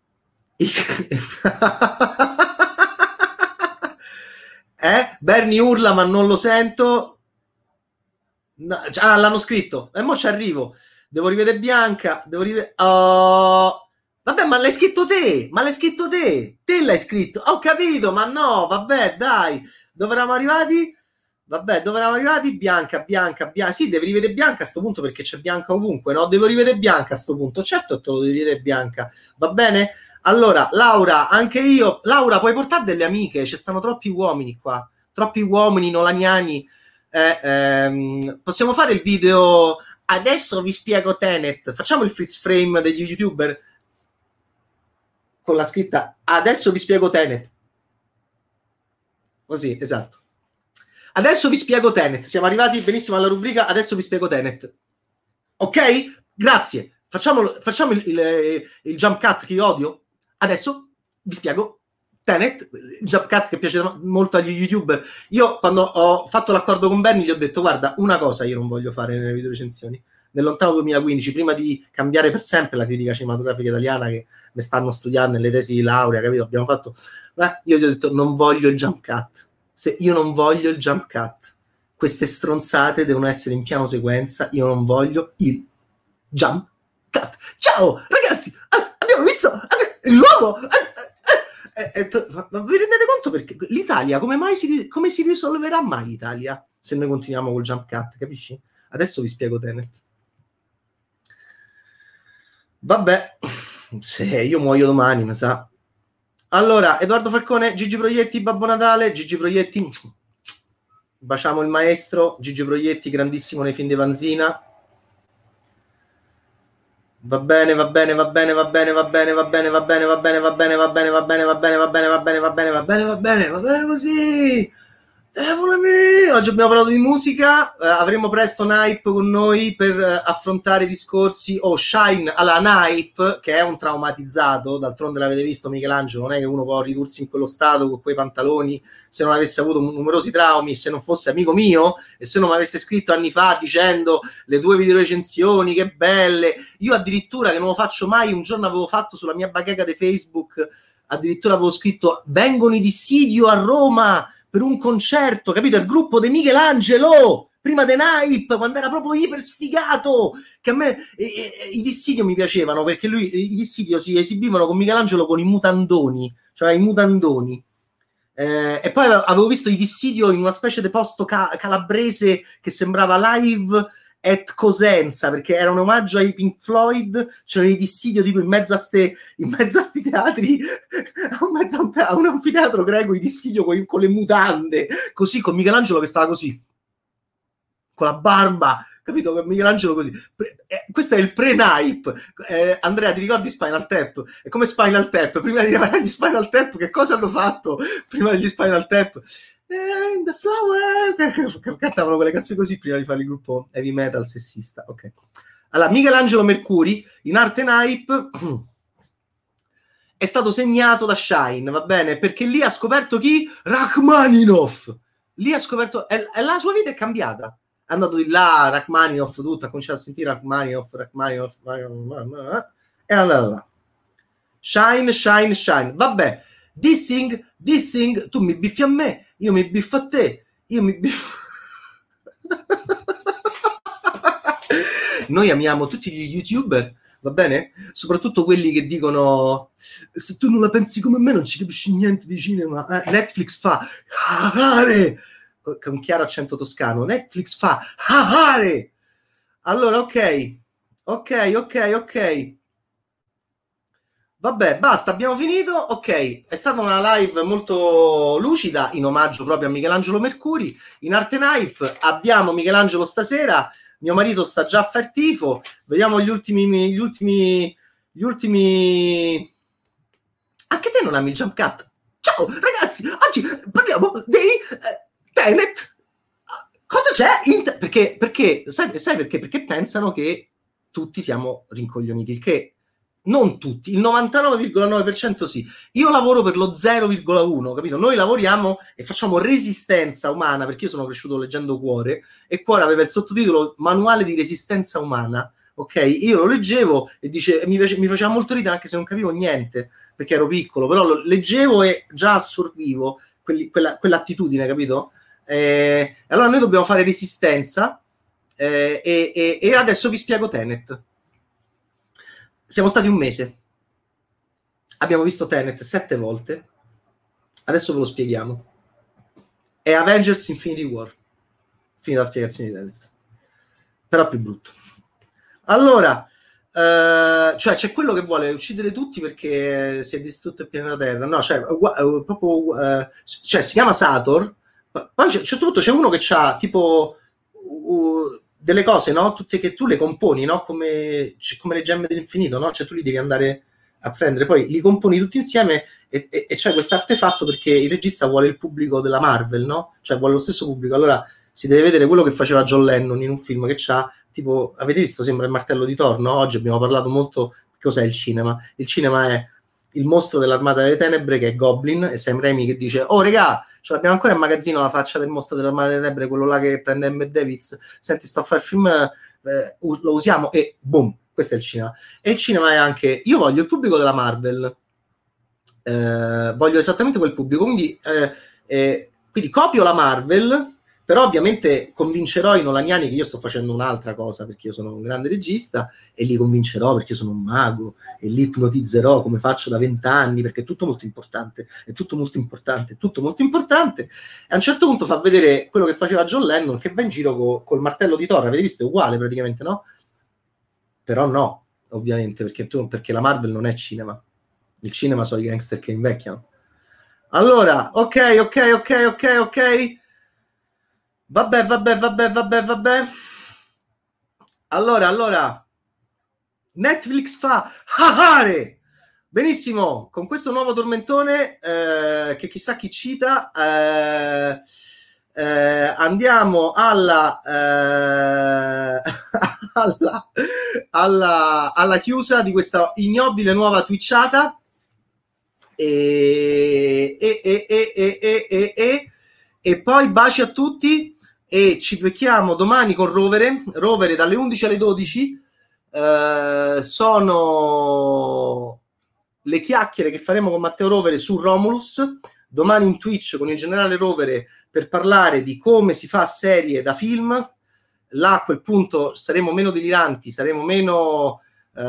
eh? Bernie urla ma non lo sento. No, ah, l'hanno scritto e mo ci arrivo, devo rivedere Bianca, devo rivedere oh. Vabbè, ma l'hai scritto te, ma l'hai scritto te te l'hai scritto, ho capito, ma no, vabbè, dai, dove eravamo arrivati? Vabbè, dove eravamo arrivati? Bianca, Bianca, Bianca. Sì, devi rivedere Bianca a sto punto perché c'è Bianca ovunque, no? Devo rivedere Bianca a sto punto. Certo, te lo devi rivedere Bianca. Va bene? Allora, Laura, anche io. Laura, puoi portare delle amiche? Ci stanno troppi uomini qua. Troppi uomini nolaniani. Eh, ehm, possiamo fare il video... Adesso vi spiego Tenet. Facciamo il freeze frame degli YouTuber con la scritta Adesso vi spiego Tenet. Così, esatto. Adesso vi spiego Tenet. Siamo arrivati benissimo alla rubrica Adesso vi spiego Tenet. Ok? Grazie. Facciamo, facciamo il, il, il jump cut che io odio. Adesso vi spiego Tenet. Il jump cut che piace molto agli YouTuber. Io quando ho fatto l'accordo con Bernie gli ho detto guarda, una cosa io non voglio fare nelle video recensioni. Nel lontano duemilaquindici, prima di cambiare per sempre la critica cinematografica italiana che mi stanno studiando nelle tesi di laurea, capito? Abbiamo fatto... Eh, io gli ho detto non voglio il jump cut. Se io non voglio il jump cut, queste stronzate devono essere in piano sequenza, io non voglio il jump cut. Ciao ragazzi, ah, abbiamo visto il luogo. Eh, eh, eh, ma, ma vi rendete conto perché l'Italia come mai si, come si risolverà mai l'Italia se noi continuiamo col jump cut, capisci? Adesso vi spiego Tenet. Vabbè, se io muoio domani, mi sa. Allora, Edoardo Falcone, Gigi Proietti, Babbo Natale, Gigi Proietti, baciamo il maestro, Gigi Proietti, grandissimo nei film di Vanzina. Va bene, va bene, va bene, va bene, va bene, va bene, va bene, va bene, va bene, va bene, va bene, va bene, va bene, va bene, va bene, va bene, va bene, va bene così. telefonami! Oggi abbiamo parlato di musica, eh, avremo presto Naip con noi per eh, affrontare discorsi. Oh, Shine alla Naip, che è un traumatizzato, d'altronde l'avete visto Michelangelo, non è che uno può ridursi in quello stato con quei pantaloni se non avesse avuto numerosi traumi, se non fosse amico mio e se non mi avesse scritto anni fa dicendo le due videorecensioni, che belle. Io addirittura, che non lo faccio mai, un giorno avevo fatto sulla mia bacheca di Facebook, addirittura avevo scritto vengono i Dissidio a Roma per un concerto, capito? Il gruppo di Michelangelo prima de Naip, quando era proprio iper sfigato, che a me e, e, i Dissidio mi piacevano perché lui, i Dissidio si esibivano con Michelangelo con i mutandoni, cioè i mutandoni. Eh, e poi avevo visto i Dissidio in una specie di posto ca- calabrese che sembrava live at Cosenza, perché era un omaggio ai Pink Floyd, c'erano i Dissidio tipo in mezzo a ste in mezzo a sti teatri, in mezzo a un, a un anfiteatro greco, i Dissidio con, con le mutande, così, con Michelangelo che stava così con la barba, capito? Con Michelangelo così. Eh, questo è il pre-Naip. Eh, Andrea, ti ricordi Spinal Tap? È come Spinal Tap. Prima di arrivare agli Spinal Tap, che cosa hanno fatto prima degli Spinal Tap? And the flower, cantavano quelle canzoni così prima di fare il gruppo heavy metal sessista. Ok. Allora, Michelangelo Mercuri in arte Naip è stato segnato da Shine, va bene? Perché lì ha scoperto chi? Rachmaninoff. Lì ha scoperto, e la sua vita è cambiata. È andato di là, Rachmaninoff, tutto, ha cominciato a sentire Rachmaninoff, Rachmaninoff, e è andato là. Shine, Shine, Shine. Vabbè, dissing, dissing, tu mi biffi a me, io mi biffo a te, io mi biffo... Noi amiamo tutti gli YouTuber, va bene? Soprattutto quelli che dicono se tu non la pensi come me non ci capisci niente di cinema. Eh, Netflix fa Hahare! Con un chiaro accento toscano. Netflix fa Hahare! Allora, ok. Ok, ok, ok. Vabbè, basta, abbiamo finito. Ok, è stata una live molto lucida in omaggio proprio a Michelangelo Mercuri. In Arte Naip abbiamo Michelangelo stasera. Mio marito sta già a far tifo. Vediamo gli ultimi, gli ultimi, gli ultimi. Anche te non ami il jump cut? Ciao ragazzi, oggi parliamo di eh, Tenet. Cosa c'è? In te- perché, perché sai, sai perché? Perché pensano che tutti siamo rincoglioniti, il che non tutti, il novantanove virgola nove per cento sì. Io lavoro per lo zero virgola uno, capito? Noi lavoriamo e facciamo resistenza umana, perché io sono cresciuto leggendo Cuore, e Cuore aveva il sottotitolo Manuale di resistenza umana, ok? Io lo leggevo e dice, mi, piace, mi faceva molto ridere anche se non capivo niente, perché ero piccolo, però lo leggevo e già assorbivo quelli, quella, quell'attitudine, capito? Eh, allora noi dobbiamo fare resistenza eh, e, e, e adesso vi spiego Tenet. Siamo stati un mese, abbiamo visto Tenet sette volte, adesso ve lo spieghiamo. È Avengers Infinity War, finita la spiegazione di Tenet, però più brutto. Allora, eh, cioè c'è quello che vuole uccidere tutti perché si è distrutto il pianeta Terra, no, cioè, uh, proprio, uh, cioè si chiama Sator, poi a un certo punto c'è uno che ha tipo... Uh, delle cose, no? Tutte che tu le componi, no? Come, come le gemme dell'infinito, no? Cioè tu li devi andare a prendere, poi li componi tutti insieme e, e, e c'è questo artefatto perché il regista vuole il pubblico della Marvel, no? Cioè vuole lo stesso pubblico, allora si deve vedere quello che faceva John Lennon in un film che c'ha, tipo, avete visto, sembra il martello di Thor, no? Oggi abbiamo parlato molto, cos'è il cinema? Il cinema è il mostro dell'Armata delle Tenebre, che è Goblin, e Sam Raimi che dice, oh regà, ce l'abbiamo ancora in magazzino la faccia del mostro dell'Armata delle Tenebre, quello là che prende Emmett Davids, senti sto a fare il film, eh, lo usiamo e boom, questo è il cinema. E il cinema è anche, io voglio il pubblico della Marvel, eh, voglio esattamente quel pubblico, quindi, eh, eh, quindi copio la Marvel, però ovviamente convincerò i nolaniani che io sto facendo un'altra cosa perché io sono un grande regista e li convincerò perché io sono un mago e li ipnotizzerò come faccio da vent'anni perché è tutto molto importante, è tutto molto importante, è tutto molto importante. E a un certo punto fa vedere quello che faceva John Lennon che va in giro co, col martello di Thor, avete visto? È uguale praticamente, no? Però no, ovviamente, perché, tu, perché la Marvel non è cinema. Il cinema sono i gangster che invecchiano. Allora, ok, ok, ok, ok, ok. Vabbè, vabbè, vabbè, vabbè, vabbè. Allora, allora. Netflix fa Hahare! Benissimo, con questo nuovo tormentone, eh, che chissà chi cita, eh, eh, andiamo alla, eh, alla, alla, alla chiusa di questa ignobile nuova twitchata e, e, e, e, e, e, e, e, e poi baci a tutti e ci becchiamo domani con Rovere, Rovere dalle undici alle dodici. Uh, sono le chiacchiere che faremo con Matteo Rovere su Romulus domani in Twitch con il generale Rovere per parlare di come si fa serie da film. Là a quel punto saremo meno deliranti, saremo meno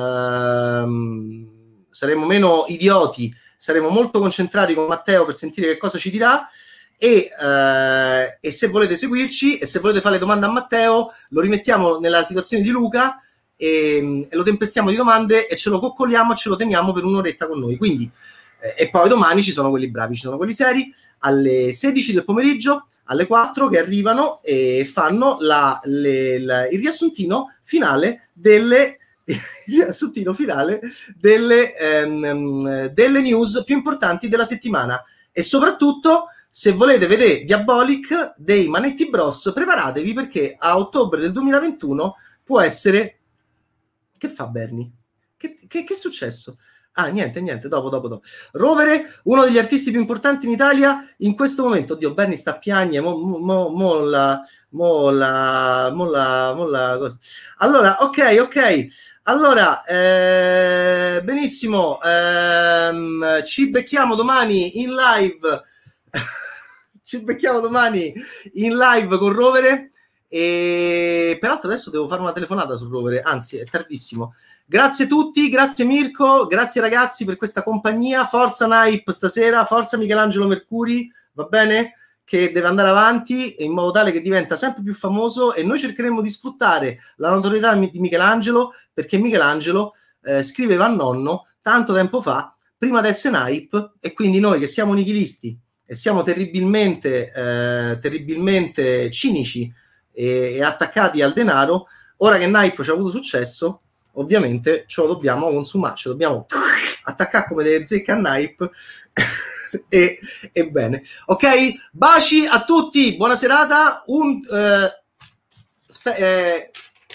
uh, saremo meno idioti, saremo molto concentrati con Matteo per sentire che cosa ci dirà. E, uh, e se volete seguirci e se volete fare domande a Matteo, lo rimettiamo nella situazione di Luca e, e lo tempestiamo di domande e ce lo coccoliamo e ce lo teniamo per un'oretta con noi. Quindi eh, e poi domani ci sono quelli bravi, ci sono quelli seri alle sedici del pomeriggio, alle quattro che arrivano e fanno la, le, la, il riassuntino finale delle il riassuntino finale delle, ehm, delle news più importanti della settimana. E soprattutto, se volete vedere Diabolic dei Manetti Bros, preparatevi perché a ottobre del duemilaventuno può essere... Che fa Bernie? Che, che, che è successo? Ah, niente, niente, dopo, dopo, dopo. Rovere, uno degli artisti più importanti in Italia in questo momento. Oddio, Bernie sta a piagne, mo, mo, mo la... Mo la, mo la, mo la cosa. Allora, ok, ok. Allora, eh, benissimo. Ehm, ci becchiamo domani in live. Ci becchiamo domani in live con Rovere. E peraltro adesso devo fare una telefonata su Rovere, anzi è tardissimo. Grazie a tutti, grazie Mirko, grazie ragazzi per questa compagnia. Forza Naip stasera, forza Michelangelo Mercuri, va bene? Che deve andare avanti in modo tale che diventa sempre più famoso e noi cercheremo di sfruttare la notorietà di Michelangelo perché Michelangelo eh, scriveva a nonno tanto tempo fa, prima di essere Naip, e quindi noi che siamo nichilisti e siamo terribilmente, eh, terribilmente cinici e, e attaccati al denaro, ora che Naip ci ha avuto successo, ovviamente ce lo dobbiamo consumare, ce lo dobbiamo attaccare come delle zecche a Naip. e, e bene, ok, baci a tutti, buona serata. Un eh, spe- eh,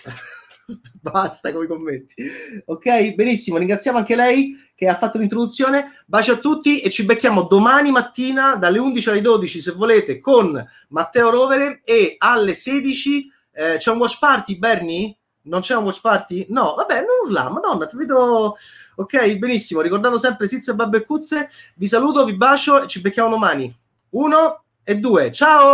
basta con i commenti, ok, benissimo, ringraziamo anche lei che ha fatto l'introduzione. Baci a tutti e ci becchiamo domani mattina dalle undici alle dodici se volete con Matteo Rovere e alle sedici eh, c'è un watch party. Bernie? Non c'è un watch party? No, vabbè, non urla, madonna, ti vedo. Ok, benissimo, ricordando sempre Sizze, Babbe e Cuzze, vi saluto, vi bacio e ci becchiamo domani. Uno e due, ciao!